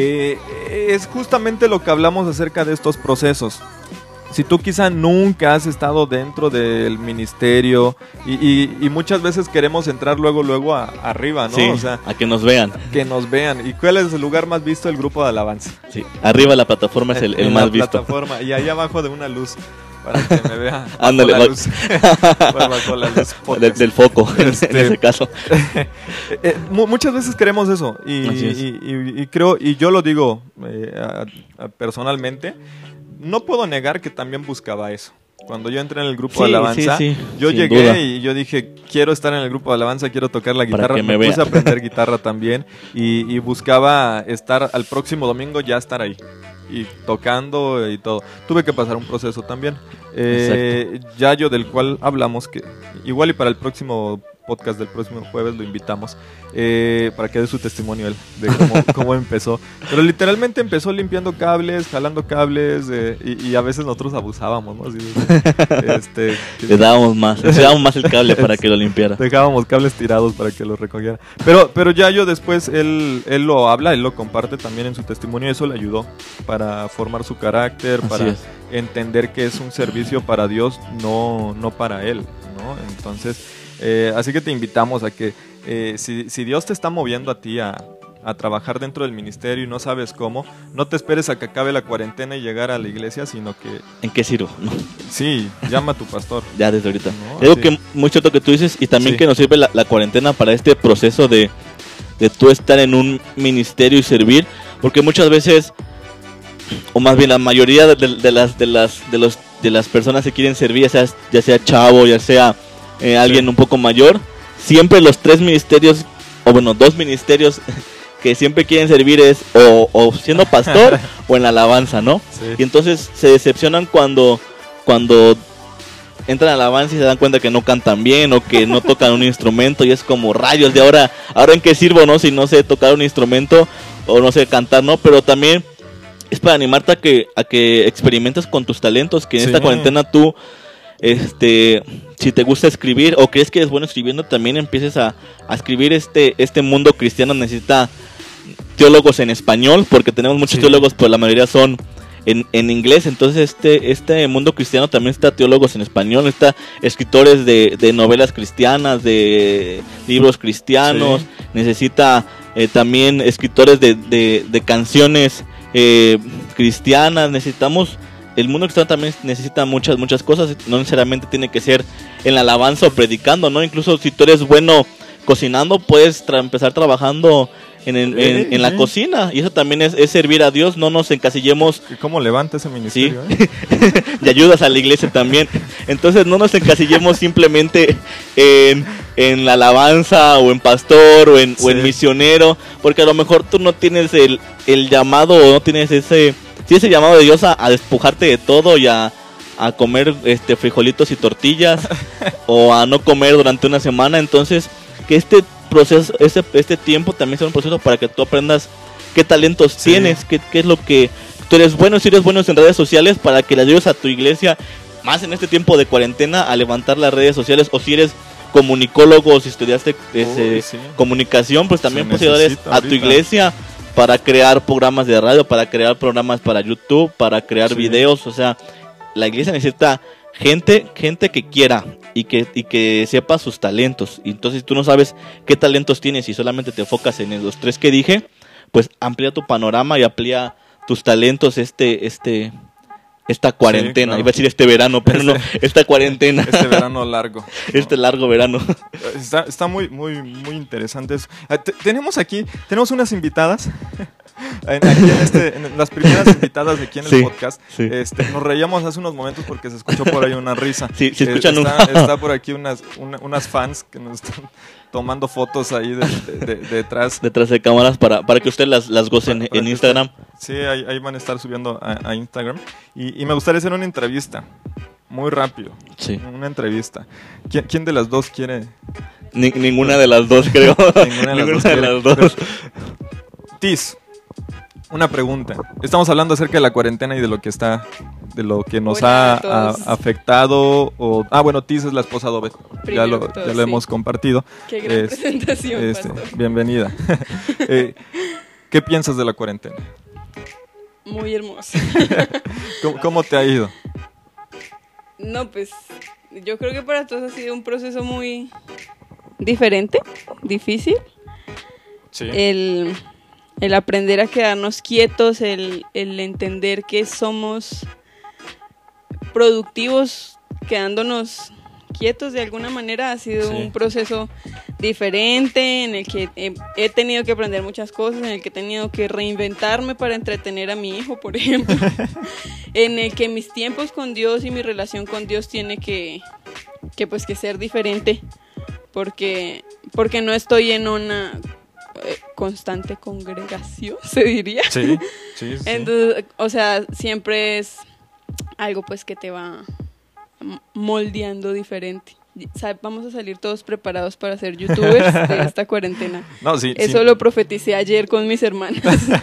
es justamente lo que hablamos acerca de estos procesos. Si tú quizá nunca has estado dentro del ministerio y muchas veces queremos entrar luego arriba, ¿no? Sí, o sea, a que nos vean. Que nos vean. ¿Y cuál es el lugar más visto? El grupo de alabanza. Sí, arriba de la plataforma es el más visto. Plataforma, y ahí abajo de una luz. Para que me vea. Ándale, bajo la luz. Bajo la luz del foco, en ese caso. Muchas veces queremos eso. Y creo, y yo lo digo personalmente, no puedo negar que también buscaba eso. Cuando yo entré en el grupo de alabanza, yo llegué duda. Y yo dije, quiero estar en el grupo de alabanza, quiero tocar la guitarra. Me puse a aprender guitarra también y buscaba estar al próximo domingo, ya estar ahí. Y tocando y todo. Tuve que pasar un proceso también. Yayo, del cual hablamos, que igual y para el próximo podcast del próximo jueves lo invitamos para que dé su testimonio él de cómo empezó. Pero literalmente empezó limpiando cables, jalando cables y a veces nosotros abusábamos, ¿no? Así, le dábamos más el cable para que lo limpiara. Dejábamos cables tirados para que lo recogiera. Pero Yayo después él lo habla, él lo comparte también en su testimonio y eso le ayudó para formar su carácter, para entender que es un servicio para Dios, no para él, ¿no? Entonces así que te invitamos a que si Dios te está moviendo a ti a trabajar dentro del ministerio y no sabes cómo, no te esperes a que acabe la cuarentena y llegar a la iglesia, sino que... ¿En qué sirvo? No. Sí, llama a tu pastor. Ya desde ahorita. ¿No? Algo que muy cierto que tú dices y también que nos sirve la cuarentena para este proceso de tú estar en un ministerio y servir, porque muchas veces, o más bien la mayoría de las personas que quieren servir, ya sea chavo, ya sea alguien un poco mayor, siempre los 3 ministerios, o bueno, 2 ministerios que siempre quieren servir es o siendo pastor o en la alabanza, ¿no? Sí. Y entonces se decepcionan cuando entran a la alabanza y se dan cuenta que no cantan bien o que no tocan un instrumento y es como rayos de ahora en qué sirvo, ¿no? Si no sé tocar un instrumento o no sé cantar, ¿no? Pero también es para animarte a que experimentes con tus talentos, que en esta cuarentena tú si te gusta escribir o crees que eres bueno escribiendo, también empieces a escribir. Este mundo cristiano necesita teólogos en español, porque tenemos muchos teólogos, pero la mayoría son en inglés. Entonces este mundo cristiano también está teólogos en español, está escritores de novelas cristianas, de libros cristianos, necesita también escritores de canciones cristianas. Necesitamos... El mundo cristiano también necesita muchas cosas, no necesariamente tiene que ser en la alabanza o predicando, ¿no? Incluso si tú eres bueno cocinando, puedes empezar trabajando en la cocina, y eso también es servir a Dios. No nos encasillemos. ¿Y cómo levanta ese ministerio? Sí. Y ayudas a la iglesia también. Entonces no nos encasillemos simplemente en la alabanza o en pastor o en misionero, porque a lo mejor tú no tienes el llamado o no tienes ese llamado de Dios a despojarte de todo y a comer frijolitos y tortillas o a no comer durante una semana. Entonces, que este proceso, este tiempo también sea un proceso para que tú aprendas qué talentos tienes, qué es lo que tú eres bueno. Si eres bueno en redes sociales, para que le ayudes a tu iglesia, más en este tiempo de cuarentena, a levantar las redes sociales. O si eres comunicólogo, o si estudiaste comunicación, pues también puedes ayudar a tu iglesia para crear programas de radio, para crear programas para YouTube, para crear videos. O sea, la iglesia necesita gente que quiera y que sepa sus talentos. Y entonces, si tú no sabes qué talentos tienes y solamente te enfocas en los 3 que dije, pues amplía tu panorama y amplía tus talentos esta cuarentena. Sí, claro. Iba a decir este verano, pero no, esta cuarentena. Este verano largo. Este largo verano. Está muy interesante eso. Tenemos unas invitadas. En las primeras invitadas de aquí en el podcast, nos reíamos hace unos momentos porque se escuchó por ahí una risa. Sí, se escuchan está por aquí unas fans que nos están tomando fotos ahí detrás. Detrás de cámaras para que ustedes las gocen en Instagram. Sí, ahí van a estar subiendo a Instagram. Y me gustaría hacer una entrevista. Muy rápido. Sí. Una entrevista. ¿Quién de las dos quiere? Ninguna de las dos, creo. Ninguna de las dos. Tis, una pregunta. Estamos hablando acerca de la cuarentena y de lo que está de lo que nos Hola ha a todos. afectado. Bueno, Tis es la esposa de Obed, ya lo sí. hemos compartido. Qué gran presentación, pastor. Bienvenida. ¿Qué piensas de la cuarentena? Muy hermoso. ¿Cómo te ha ido? No, pues yo creo que para todos ha sido un proceso muy diferente, difícil. Sí. El aprender a quedarnos quietos, el entender que somos productivos quedándonos quietos de alguna manera ha sido Sí. un proceso diferente en el que he tenido que aprender muchas cosas, en el que he tenido que reinventarme para entretener a mi hijo, por ejemplo, en el que mis tiempos con Dios y mi relación con Dios tiene que ser diferente, porque no estoy en una constante congregación, se diría. Sí, sí, sí. Entonces, o sea, siempre es algo pues que te va moldeando diferente. Vamos a salir todos preparados para ser youtubers de esta cuarentena. No, sí, Eso sí. lo profeticé ayer con mis hermanas.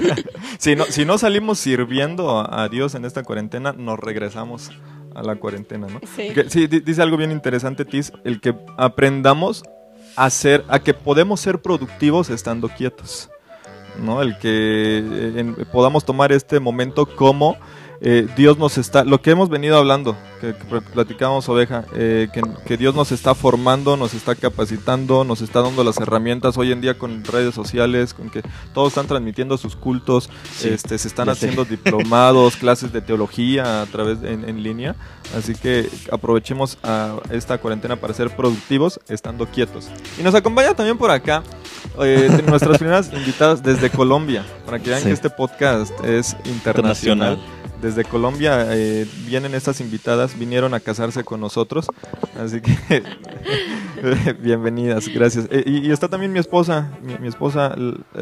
Si no salimos sirviendo a Dios en esta cuarentena, nos regresamos a la cuarentena, ¿no? Sí. Sí, dice algo bien interesante, Tis, el que aprendamos a que podemos ser productivos estando quietos, ¿no? El que podamos tomar este momento como Dios nos está, lo que hemos venido hablando, que platicábamos, Oveja, que Dios nos está formando, nos está capacitando, nos está dando las herramientas hoy en día con redes sociales, con que todos están transmitiendo sus cultos, Sí, se están ya sé. haciendo diplomados, clases de teología a través en línea, así que aprovechemos a esta cuarentena para ser productivos estando quietos. Y nos acompaña también por acá nuestras primeras invitadas desde Colombia, para que vean Sí. que este podcast es internacional. Desde Colombia vienen estas invitadas, vinieron a casarse con nosotros, así que bienvenidas, gracias. Y está también mi esposa, mi esposa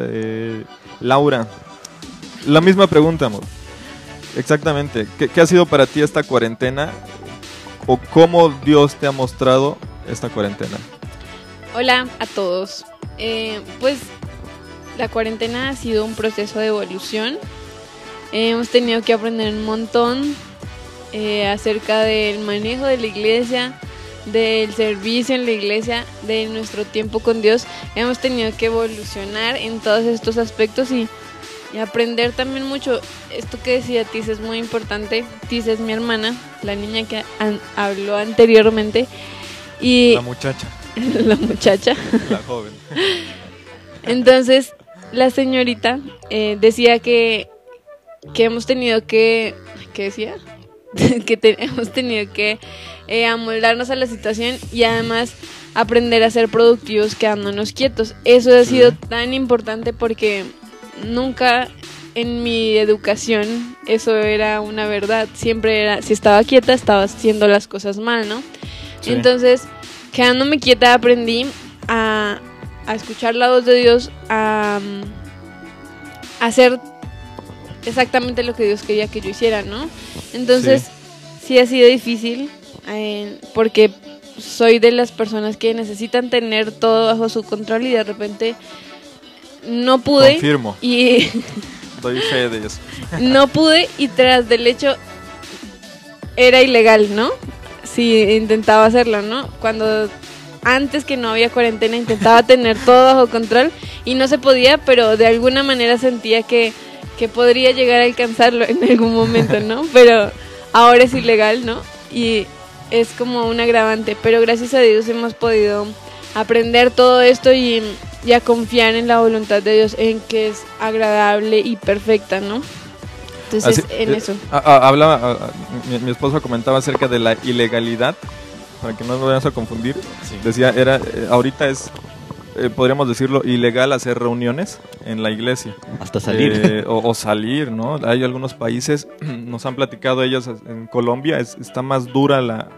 Laura. La misma pregunta, amor. Exactamente, ¿qué ha sido para ti esta cuarentena? ¿O cómo Dios te ha mostrado esta cuarentena? Hola a todos. Pues la cuarentena ha sido un proceso de evolución. Hemos tenido que aprender un montón acerca del manejo de la iglesia, del servicio en la iglesia, de nuestro tiempo con Dios. Hemos tenido que evolucionar en todos estos aspectos y aprender también mucho. Esto que decía Tis es muy importante. Tis es mi hermana, la niña que habló anteriormente. Y La muchacha, la muchacha. la joven. Entonces, la señorita decía que hemos tenido que... ¿Qué decía? Hemos tenido que amoldarnos a la situación y además aprender a ser productivos quedándonos quietos. Eso ha sido tan importante porque nunca en mi educación eso era una verdad. Siempre era, si estaba quieta, estaba haciendo las cosas mal, ¿no? Sí. Entonces, quedándome quieta aprendí a escuchar la voz de Dios, a hacer exactamente lo que Dios quería que yo hiciera, ¿no? Entonces, sí ha sido difícil porque soy de las personas que necesitan tener todo bajo su control y de repente no pude. Confirmo. Y Doy fe de eso. no pude y tras del hecho era ilegal, ¿no? Si intentaba hacerlo, ¿no? Cuando antes que no había cuarentena intentaba tener todo bajo control y no se podía, pero de alguna manera sentía que podría llegar a alcanzarlo en algún momento, ¿no? Pero ahora es ilegal, ¿no? Y es como un agravante, pero gracias a Dios hemos podido aprender todo esto y a confiar en la voluntad de Dios, en que es agradable y perfecta, ¿no? Entonces, en eso. Hablaba, mi esposa comentaba acerca de la ilegalidad, para que no nos vayamos a confundir. Sí. Decía, ahorita es, podríamos decirlo, ilegal hacer reuniones en la iglesia. Hasta salir. O salir, ¿no? Hay algunos países, nos han platicado ellos, en Colombia está más dura la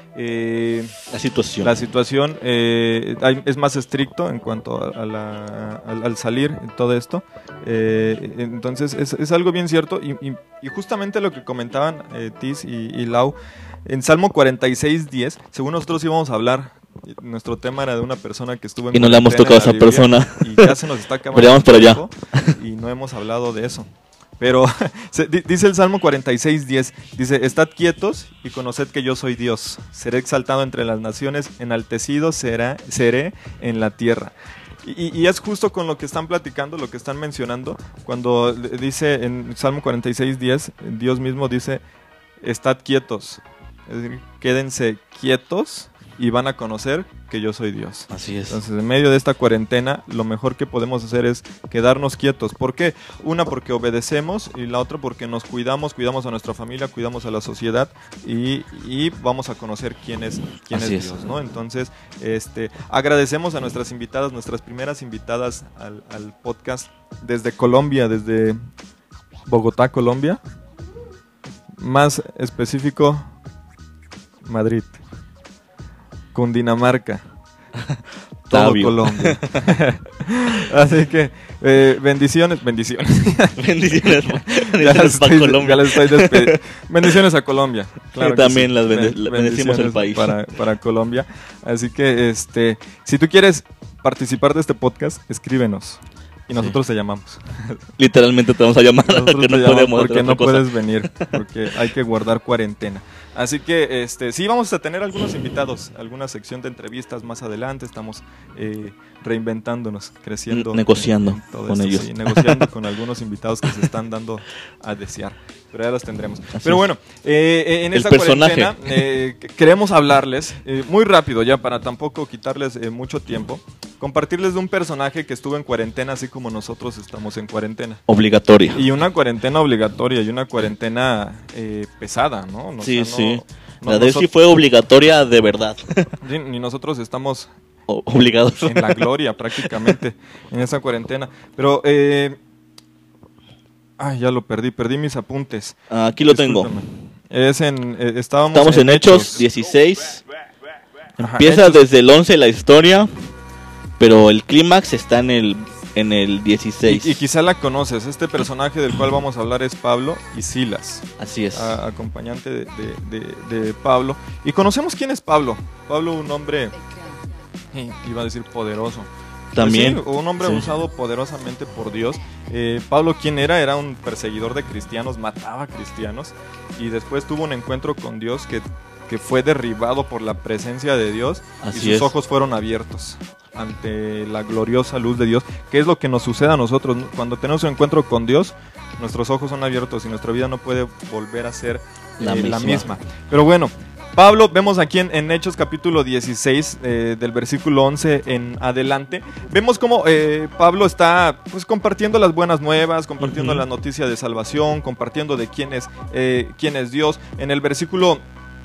situación. La situación es más estricto en cuanto al salir, todo esto. Entonces es algo bien cierto y justamente lo que comentaban Tis y Lau, en Salmo 46:10, según nosotros íbamos a hablar, nuestro tema era de una persona que estuvo en Y no le hemos cuarentena tocado a en la esa Biblia, persona. y ya se nos está acabando Pero vamos para allá. tiempo y no hemos hablado de eso. Pero dice el Salmo 46:10, dice, estad quietos y conoced que yo soy Dios. Seré exaltado entre las naciones, enaltecido seré en la tierra. Y es justo con lo que están platicando, lo que están mencionando, cuando dice en Salmo 46:10, Dios mismo dice, estad quietos. Es decir, quédense quietos y van a conocer que yo soy Dios. Así es. Entonces, en medio de esta cuarentena, lo mejor que podemos hacer es quedarnos quietos. ¿Por qué? Una, porque obedecemos, y la otra, porque nos cuidamos a nuestra familia, cuidamos a la sociedad y vamos a conocer quién es Dios, ¿no? Entonces, agradecemos a nuestras invitadas, nuestras primeras invitadas al podcast desde Colombia, desde Bogotá, Colombia. Más específico, Madrid. Cundinamarca, todo Colombia. Así que bendiciones. Bendiciones Ya para Colombia. les estoy despidiendo. Bendiciones a Colombia. Claro también sí. las bendecimos el país. Para Colombia. Así que si tú quieres participar de este podcast, escríbenos. Y nosotros te llamamos. Literalmente te vamos a llamar porque no puedes venir, porque hay que guardar cuarentena. Así que sí, vamos a tener algunos invitados, alguna sección de entrevistas más adelante. Estamos reinventándonos, creciendo, negociando con ellos. Sí, negociando con algunos invitados que se están dando a desear. Pero ya los tendremos. Pero bueno, en esta cuarentena queremos hablarles muy rápido, ya para tampoco quitarles mucho tiempo, compartirles de un personaje que estuvo en cuarentena, así como nosotros estamos en cuarentena. Obligatoria. Y una cuarentena obligatoria y una cuarentena pesada, ¿no? Sí. La de él sí fue obligatoria de verdad. Sí, ni nosotros estamos obligados en la gloria prácticamente en esa cuarentena. Pero, ya lo perdí mis apuntes. Aquí lo tengo. Estamos en Hechos 16. Ajá, Empieza desde el 11 la historia, pero el clímax está en el 16. Y quizá la conoces. Este personaje del cual vamos a hablar es Pablo y Silas. Así es. Acompañante de Pablo. Y conocemos quién es Pablo. Pablo, un hombre, iba a decir poderoso. También. Pues sí, un hombre usado poderosamente por Dios. Pablo, ¿quién era? Era un perseguidor de cristianos, mataba cristianos. Y después tuvo un encuentro con Dios que fue derribado por la presencia de Dios. Así y sus ojos fueron abiertos ante la gloriosa luz de Dios, que es lo que nos sucede a nosotros cuando tenemos un encuentro con Dios. Nuestros ojos son abiertos y nuestra vida no puede volver a ser la misma. Pero bueno, Pablo, vemos aquí en Hechos capítulo 16, del versículo 11 en adelante, vemos cómo Pablo está pues compartiendo las buenas nuevas, compartiendo la noticia de salvación, compartiendo de quién es Dios. En el versículo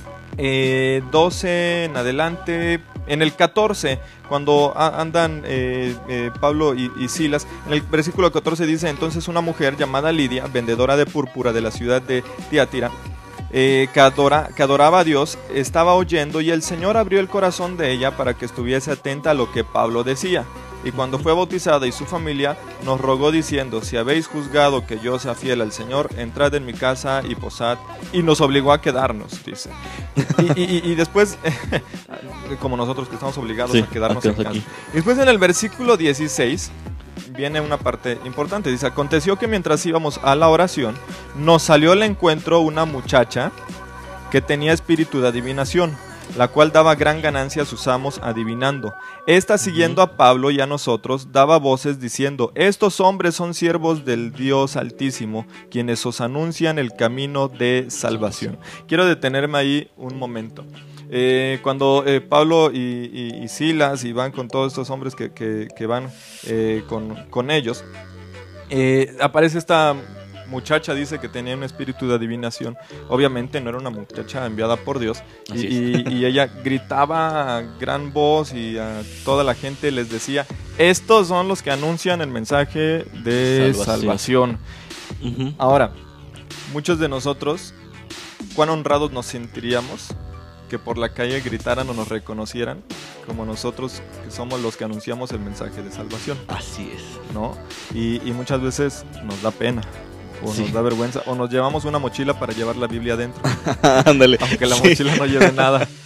12 en adelante, en el 14, cuando andan Pablo y Silas, en el versículo 14 dice: entonces una mujer llamada Lidia, vendedora de púrpura de la ciudad de Tiatira, que adoraba a Dios, estaba oyendo, y el Señor abrió el corazón de ella para que estuviese atenta a lo que Pablo decía. Y cuando fue bautizada y su familia, nos rogó diciendo: si habéis juzgado que yo sea fiel al Señor, entrad en mi casa y posad. Y nos obligó a quedarnos, dice. Y después, como nosotros que estamos obligados a quedarnos en casa. Y después en el versículo 16 viene una parte importante. Dice: aconteció que mientras íbamos a la oración, nos salió al encuentro una muchacha que tenía espíritu de adivinación, la cual daba gran ganancia a sus amos adivinando. Esta, siguiendo a Pablo y a nosotros, daba voces diciendo: estos hombres son siervos del Dios Altísimo, quienes os anuncian el camino de salvación. Quiero detenerme ahí un momento. Cuando Pablo y Silas y van con todos estos hombres que van con ellos, aparece esta muchacha, dice que tenía un espíritu de adivinación. Obviamente no era una muchacha enviada por Dios, y ella gritaba a gran voz y a toda la gente les decía: estos son los que anuncian el mensaje de salvación. Ahora, muchos de nosotros, cuán honrados nos sentiríamos que por la calle gritaran o nos reconocieran como nosotros, que somos los que anunciamos el mensaje de salvación. Así es, ¿no? Y muchas veces nos da pena, o nos da vergüenza, o nos llevamos una mochila para llevar la Biblia adentro. Ándale. Aunque la mochila no lleve nada.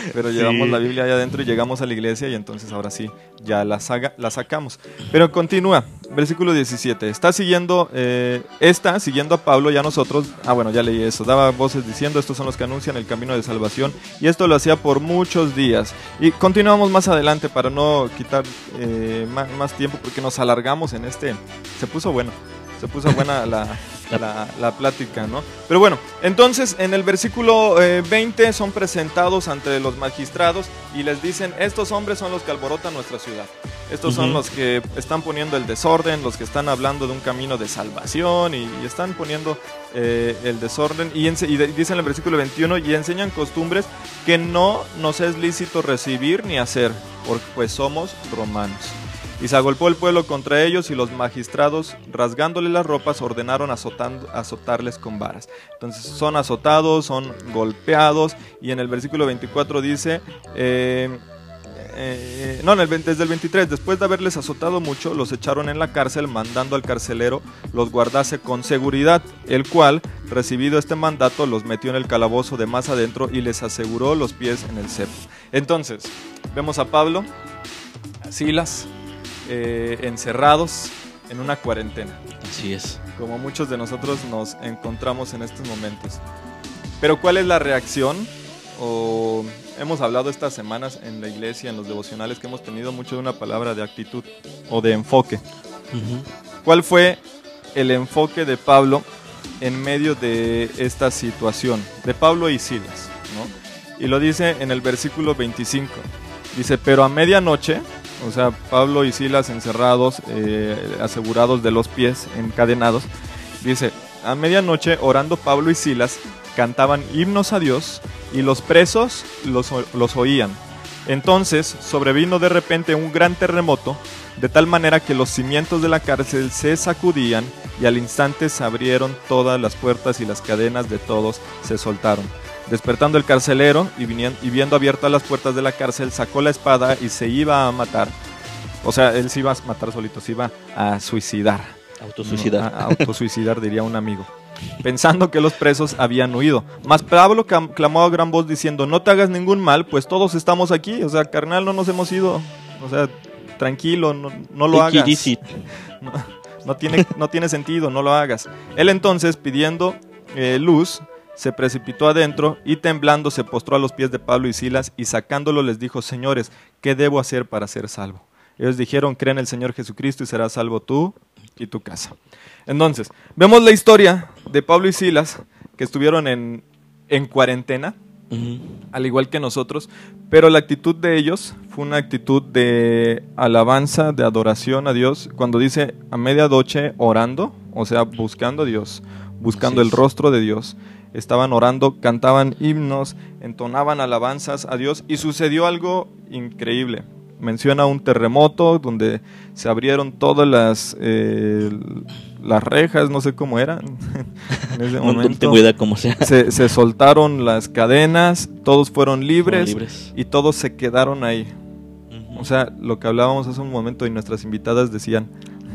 pero llevamos Sí. la Biblia allá adentro y llegamos a la iglesia y entonces ahora sí, ya la sacamos. Pero continúa, versículo 17, siguiendo a Pablo y a nosotros, bueno, ya leí eso, daba voces diciendo, estos son los que anuncian el camino de salvación, y esto lo hacía por muchos días. Y continuamos más adelante para no quitar más tiempo, porque nos alargamos en se puso buena la plática, ¿no? Pero bueno, entonces en el versículo 20 son presentados ante los magistrados y les dicen, estos hombres son los que alborotan nuestra ciudad. Estos son los que están poniendo el desorden, los que están hablando de un camino de salvación y están poniendo el desorden. Y dice en el versículo 21, y enseñan costumbres que no nos es lícito recibir ni hacer, pues somos romanos. Y se agolpó el pueblo contra ellos y los magistrados, rasgándole las ropas, ordenaron azotarles con varas. Entonces son azotados, son golpeados, y en el versículo 24 dice, desde el 23, después de haberles azotado mucho, los echaron en la cárcel, mandando al carcelero los guardase con seguridad, el cual, recibido este mandato, los metió en el calabozo de más adentro y les aseguró los pies en el cepo. Entonces, vemos a Pablo, a Silas, encerrados en una cuarentena. Así es. Como muchos de nosotros nos encontramos en estos momentos. Pero ¿cuál es la reacción? Hemos hablado estas semanas en la iglesia, en los devocionales, que hemos tenido mucho de una palabra de actitud o de enfoque. ¿Cuál fue el enfoque de Pablo en medio de esta situación? De Pablo y Silas, ¿no? Y lo dice en el versículo 25. Dice, pero a medianoche, o sea, Pablo y Silas encerrados, asegurados de los pies, encadenados. Dice, a medianoche, orando Pablo y Silas, cantaban himnos a Dios y los presos los oían. Entonces sobrevino de repente un gran terremoto, de tal manera que los cimientos de la cárcel se sacudían y al instante se abrieron todas las puertas y las cadenas de todos se soltaron. Despertando el carcelero y viendo abiertas las puertas de la cárcel, sacó la espada y se iba a matar. O sea, él se iba a matar solito, se iba a suicidar. Autosuicidar. A autosuicidar, diría un amigo. Pensando que los presos habían huido. Mas Pablo clamó a gran voz diciendo, no te hagas ningún mal, pues todos estamos aquí. O sea, carnal, no nos hemos ido. O sea, tranquilo, no lo hagas. No tiene sentido, no lo hagas. Él entonces, pidiendo luz, se precipitó adentro y temblando se postró a los pies de Pablo y Silas y sacándolo les dijo, señores, ¿qué debo hacer para ser salvo? Ellos dijeron, cree en el Señor Jesucristo y serás salvo tú y tu casa. Entonces, vemos la historia de Pablo y Silas que estuvieron en cuarentena, al igual que nosotros, pero la actitud de ellos fue una actitud de alabanza, de adoración a Dios, cuando dice a medianoche orando, o sea, buscando a Dios, buscando el rostro de Dios. Estaban orando, cantaban himnos, entonaban alabanzas a Dios y sucedió algo increíble. Menciona un terremoto donde se abrieron todas las rejas, no sé cómo eran en ese momento. No tengo idea cómo sea. Se soltaron las cadenas, todos fueron libres y todos se quedaron ahí. O sea, lo que hablábamos hace un momento y nuestras invitadas decían,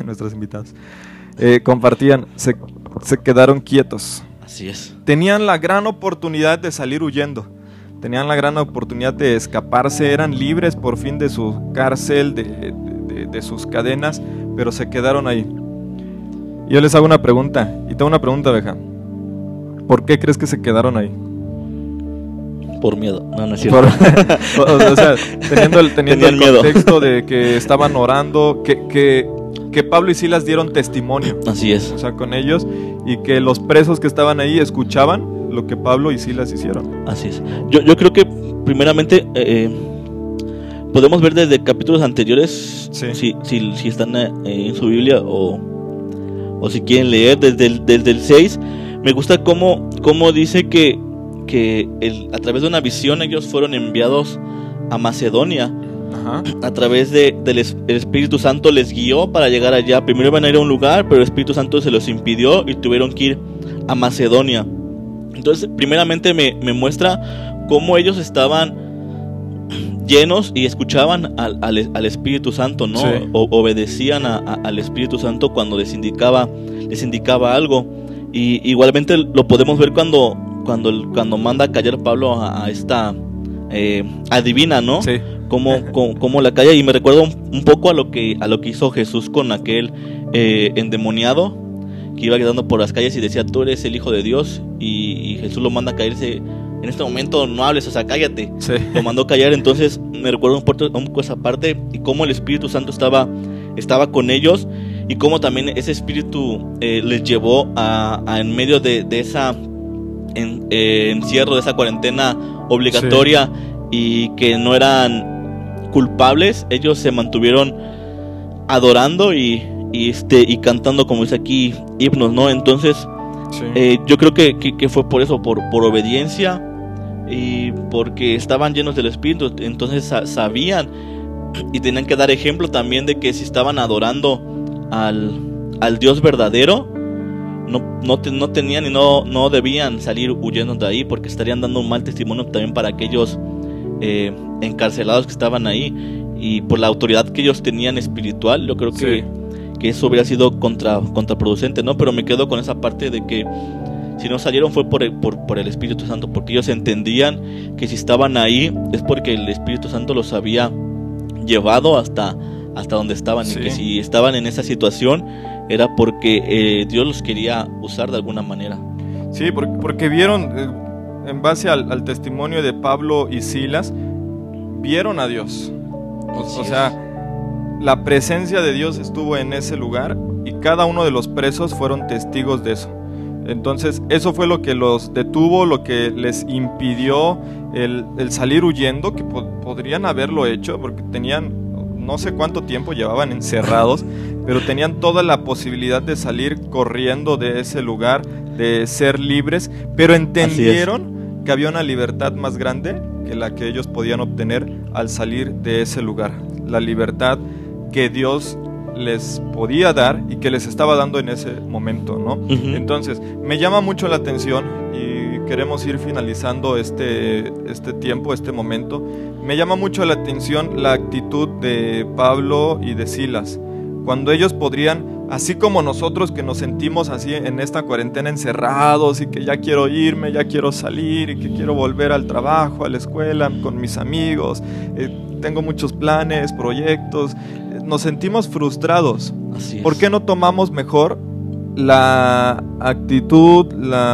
compartían, se quedaron quietos. Así es. Tenían la gran oportunidad de salir huyendo. Tenían la gran oportunidad de escaparse, eran libres por fin de su cárcel, de sus cadenas, pero se quedaron ahí. Yo les hago una pregunta, y tengo una pregunta, Beja. ¿Por qué crees que se quedaron ahí? Por miedo, no es cierto. O sea, teniendo el miedo. contexto de que estaban orando, que Pablo y Silas dieron testimonio. Así es. O sea, con ellos, y que los presos que estaban ahí escuchaban lo que Pablo y Silas hicieron. Así es. Yo creo que primeramente podemos ver desde capítulos anteriores, sí. si están en su Biblia o si quieren leer desde el 6. Me gusta cómo dice que a través de una visión ellos fueron enviados a Macedonia. Ajá. A través del Espíritu Santo les guió para llegar allá. Primero iban a ir a un lugar, pero el Espíritu Santo se los impidió y tuvieron que ir a Macedonia. Entonces, primeramente me muestra cómo ellos estaban llenos y escuchaban al Espíritu Santo, ¿no? Sí. Obedecían al Espíritu Santo cuando les indicaba algo. Y igualmente lo podemos ver cuando manda a callar Pablo a adivina, ¿no? Sí. Cómo la calla, y me recuerda un poco a lo que hizo Jesús con aquel endemoniado que iba quedando por las calles y decía: tú eres el Hijo de Dios, y Jesús lo manda a caerse. En este momento no hables, o sea, cállate. Sí. Lo mandó a callar. Entonces me recuerda un poco esa parte, y cómo el Espíritu Santo estaba con ellos, y cómo también ese Espíritu les llevó a en medio de esa encierro, de esa cuarentena obligatoria, y que no eran culpables. Ellos se mantuvieron adorando y cantando, como dice aquí, himnos, ¿no? Entonces yo creo que fue por eso, por obediencia, y porque estaban llenos del Espíritu. Entonces sabían y tenían que dar ejemplo también de que si estaban adorando al Dios verdadero, no tenían y no debían salir huyendo de ahí, porque estarían dando un mal testimonio también para aquellos encarcelados que estaban ahí, y por la autoridad que ellos tenían espiritual. Yo creo que eso hubiera sido contraproducente, ¿no? Pero me quedo con esa parte de que si no salieron fue por el Espíritu Santo, porque ellos entendían que si estaban ahí es porque el Espíritu Santo los había llevado hasta donde estaban, y que si estaban en esa situación era porque Dios los quería usar de alguna manera. Sí, porque vieron, en base al testimonio de Pablo y Silas, vieron a Dios. O sea, la presencia de Dios estuvo en ese lugar, y cada uno de los presos fueron testigos de eso. Entonces eso fue lo que los detuvo, lo que les impidió el salir huyendo, que podrían haberlo hecho, porque tenían, no sé cuánto tiempo llevaban encerrados, pero tenían toda la posibilidad de salir corriendo de ese lugar, de ser libres, pero entendieron que había una libertad más grande que la que ellos podían obtener al salir de ese lugar. La libertad que Dios les podía dar y que les estaba dando en ese momento, ¿no? Uh-huh. Entonces, me llama mucho la atención, y queremos ir finalizando este tiempo, este momento. Me llama mucho la atención la actitud de Pablo y de Silas, cuando ellos podrían, así como nosotros que nos sentimos así en esta cuarentena encerrados, y que ya quiero irme, ya quiero salir, y que quiero volver al trabajo, a la escuela, con mis amigos, tengo muchos planes, proyectos, nos sentimos frustrados. Así es. ¿Por qué no tomamos mejor la actitud,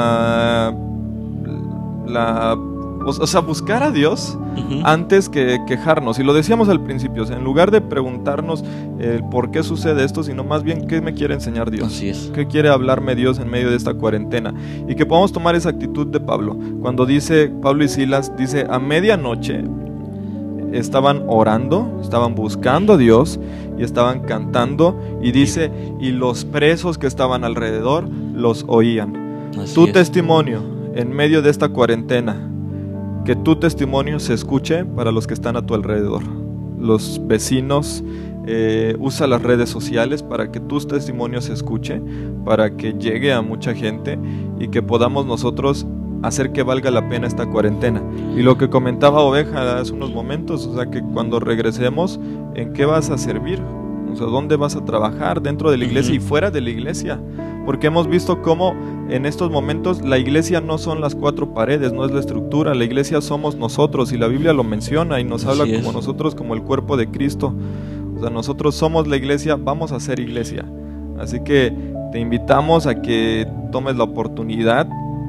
o sea, buscar a Dios antes que quejarnos? Y lo decíamos al principio, o sea, en lugar de preguntarnos el por qué sucede esto, sino más bien qué me quiere enseñar Dios. Así es. ¿Qué quiere hablarme Dios en medio de esta cuarentena? Y que podamos tomar esa actitud de Pablo. Cuando dice Pablo y Silas, dice: a medianoche estaban orando, estaban buscando a Dios y estaban cantando, y dice, y los presos que estaban alrededor los oían. Así Tu es. testimonio en medio de esta cuarentena, que tu testimonio se escuche para los que están a tu alrededor, los vecinos. Usa las redes sociales para que tu testimonio se escuche, para que llegue a mucha gente, y que podamos nosotros hacer que valga la pena esta cuarentena. Y lo que comentaba Oveja hace unos momentos, o sea, que cuando regresemos, ¿en qué vas a servir? O sea, ¿dónde vas a trabajar? Dentro de la iglesia y fuera de la iglesia. Porque hemos visto cómo en estos momentos la iglesia no son las cuatro paredes, no es la estructura. La iglesia somos nosotros, y la Biblia lo menciona y nos habla como nosotros, como el cuerpo de Cristo. O sea, nosotros somos la iglesia, vamos a ser iglesia. Así que te invitamos a que tomes la oportunidad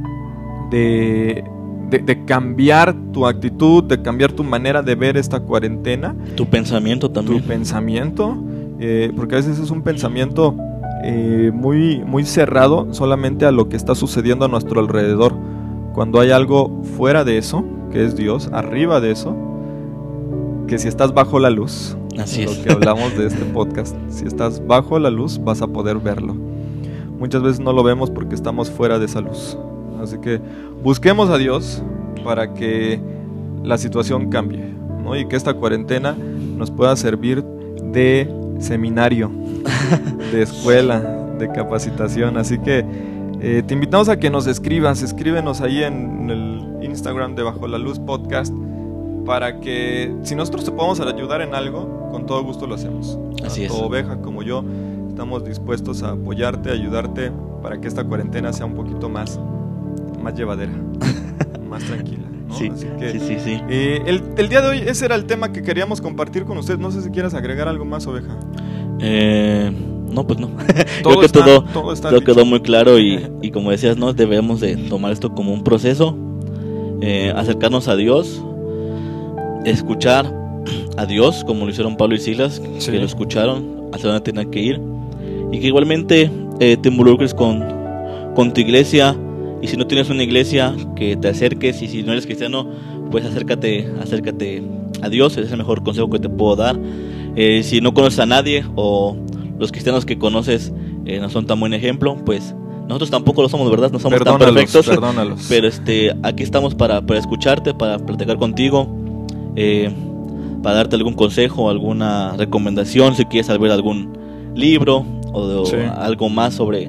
de cambiar tu actitud, de cambiar tu manera de ver esta cuarentena. Tu pensamiento también. Tu pensamiento, porque a veces es un pensamiento muy, muy cerrado solamente a lo que está sucediendo a nuestro alrededor. Cuando hay algo fuera de eso, que es Dios, arriba de eso, que si estás bajo la luz, así es, lo que hablamos de este podcast, si estás bajo la luz vas a poder verlo. Muchas veces no lo vemos porque estamos fuera de esa luz. Así que busquemos a Dios para que la situación cambie, ¿no? Y que esta cuarentena nos pueda servir de seminario, de escuela, de capacitación. Así que te invitamos a que nos escríbenos ahí en el Instagram de Bajo la Luz Podcast, para que si nosotros te podemos ayudar en algo, con todo gusto lo hacemos. Así Tanto es. Oveja como yo estamos dispuestos a apoyarte, a ayudarte, para que esta cuarentena sea un poquito más llevadera, más tranquila, ¿no? ¿no? Sí, Así que, sí. El día de hoy ese era el tema que queríamos compartir con usted. No sé si quieras agregar algo más, Oveja. No, pues no. Creo que todo quedó muy claro y como decías, ¿no? Debemos de tomar esto como un proceso, acercarnos a Dios, escuchar a Dios como lo hicieron Pablo y Silas, Sí. que lo escucharon hacia donde tenían que ir, y que igualmente te involucres con tu iglesia, y si no tienes una iglesia, que te acerques, y si no eres cristiano, pues acércate a Dios. Ese es el mejor consejo que te puedo dar. Si no conoces a nadie, o los cristianos que conoces no son tan buen ejemplo, pues nosotros tampoco lo somos, ¿verdad? No somos tan perfectos. Perdónalos. Pero aquí estamos para escucharte, para platicar contigo, para darte algún consejo, alguna recomendación, si quieres saber algún libro o Sí. algo más sobre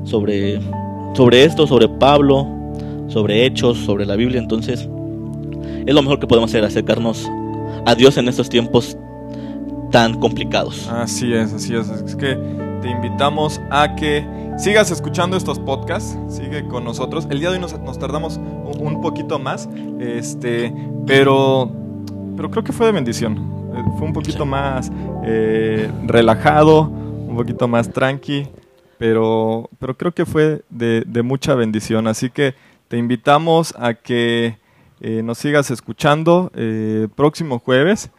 esto, sobre Pablo, sobre Hechos, sobre la Biblia. Entonces es lo mejor que podemos hacer, acercarnos a Dios en estos tiempos tan complicados. Así es. Es que te invitamos a que sigas escuchando estos podcasts, sigue con nosotros. El día de hoy nos tardamos un poquito más, pero creo que fue de bendición. Fue un poquito más relajado, un poquito más tranqui, pero creo que fue de mucha bendición. Así que te invitamos a que nos sigas escuchando próximo jueves.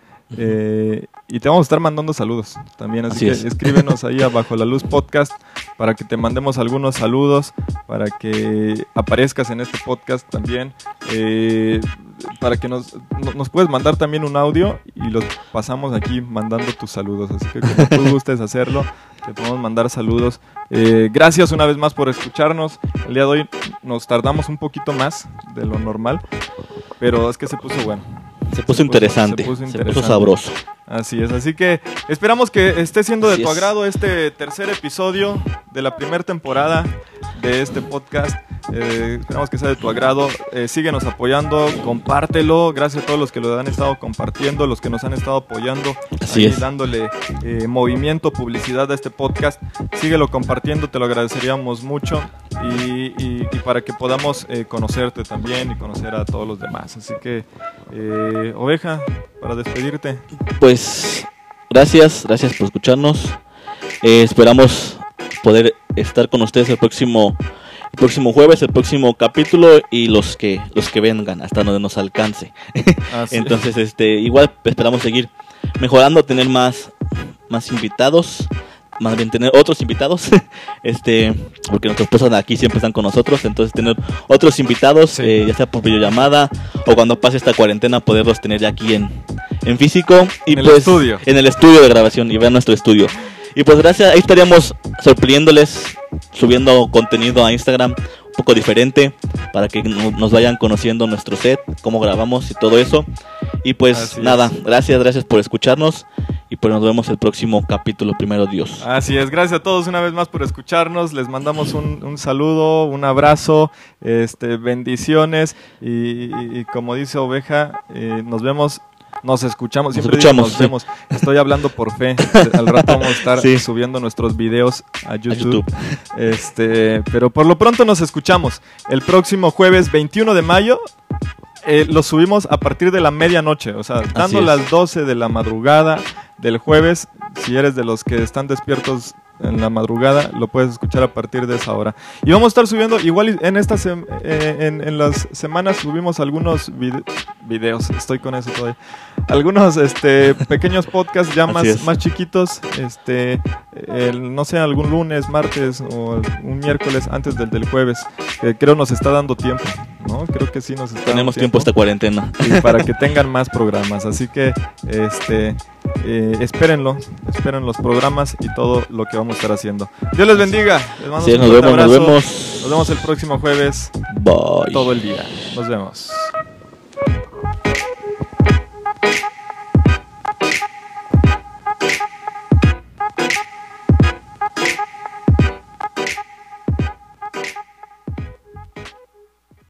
Y te vamos a estar mandando saludos también, así que escríbenos ahí a Bajo la Luz Podcast para que te mandemos algunos saludos, para que aparezcas en este podcast también, para que nos puedes mandar también un audio y los pasamos aquí mandando tus saludos, así que como tú gustes hacerlo, te podemos mandar saludos. Gracias una vez más por escucharnos. El día de hoy nos tardamos un poquito más de lo normal, pero es que se puso bueno. Se puso interesante, se puso sabroso. Así es, así que esperamos que esté siendo de Así tu es. agrado este tercer episodio de la primera temporada de este podcast. Esperamos que sea de tu agrado. Síguenos apoyando, compártelo. Gracias a todos los que lo han estado compartiendo, los que nos han estado apoyando, Así es. dándole movimiento, publicidad a este podcast. Síguelo compartiendo, te lo agradeceríamos mucho. Y para que podamos conocerte también y conocer a todos los demás. Así que, Oveja, para despedirte. Pues gracias por escucharnos. Esperamos poder estar con ustedes el próximo jueves, el próximo capítulo y los que vengan hasta donde nos alcance. Así Entonces, igual esperamos seguir mejorando, tener más invitados, más bien tener otros invitados, porque nuestros esposas aquí siempre están con nosotros, entonces tener otros invitados, Sí. ya sea por videollamada o cuando pase esta cuarentena poderlos tener ya aquí en físico y En el pues estudio. en el estudio de grabación y vean nuestro estudio. Y pues gracias, ahí estaríamos sorprendiéndoles, subiendo contenido a Instagram un poco diferente para que nos vayan conociendo nuestro set, cómo grabamos y todo eso. Y pues Así nada, es. gracias por escucharnos y pues nos vemos el próximo capítulo, primero Dios. Así es, gracias a todos una vez más por escucharnos, les mandamos un saludo, un abrazo, bendiciones y como dice Oveja, nos escuchamos, siempre digo escuchamos, nos vemos, estoy hablando por fe, al rato vamos a estar Sí. subiendo nuestros videos a YouTube. A YouTube. Pero por lo pronto nos escuchamos el próximo jueves 21 de mayo. Lo subimos a partir de la medianoche, o sea, dando es. las 12 de la madrugada del jueves. Si eres de los que están despiertos en la madrugada, lo puedes escuchar a partir de esa hora. Y vamos a estar subiendo, igual en en las semanas subimos algunos videos, estoy con eso todavía. Algunos pequeños podcasts ya Así es. más chiquitos, no sé, algún lunes, martes o un miércoles antes del jueves, que creo nos está dando tiempo, ¿no? Creo que sí nos está Tenemos dando tiempo esta cuarentena. y para que tengan más programas, así que esperen los programas y todo lo que vamos a estar haciendo. Dios les bendiga, les mando Sí, un nos fuerte vemos, abrazo. nos vemos. Nos vemos el próximo jueves Bye. todo el día. Nos vemos.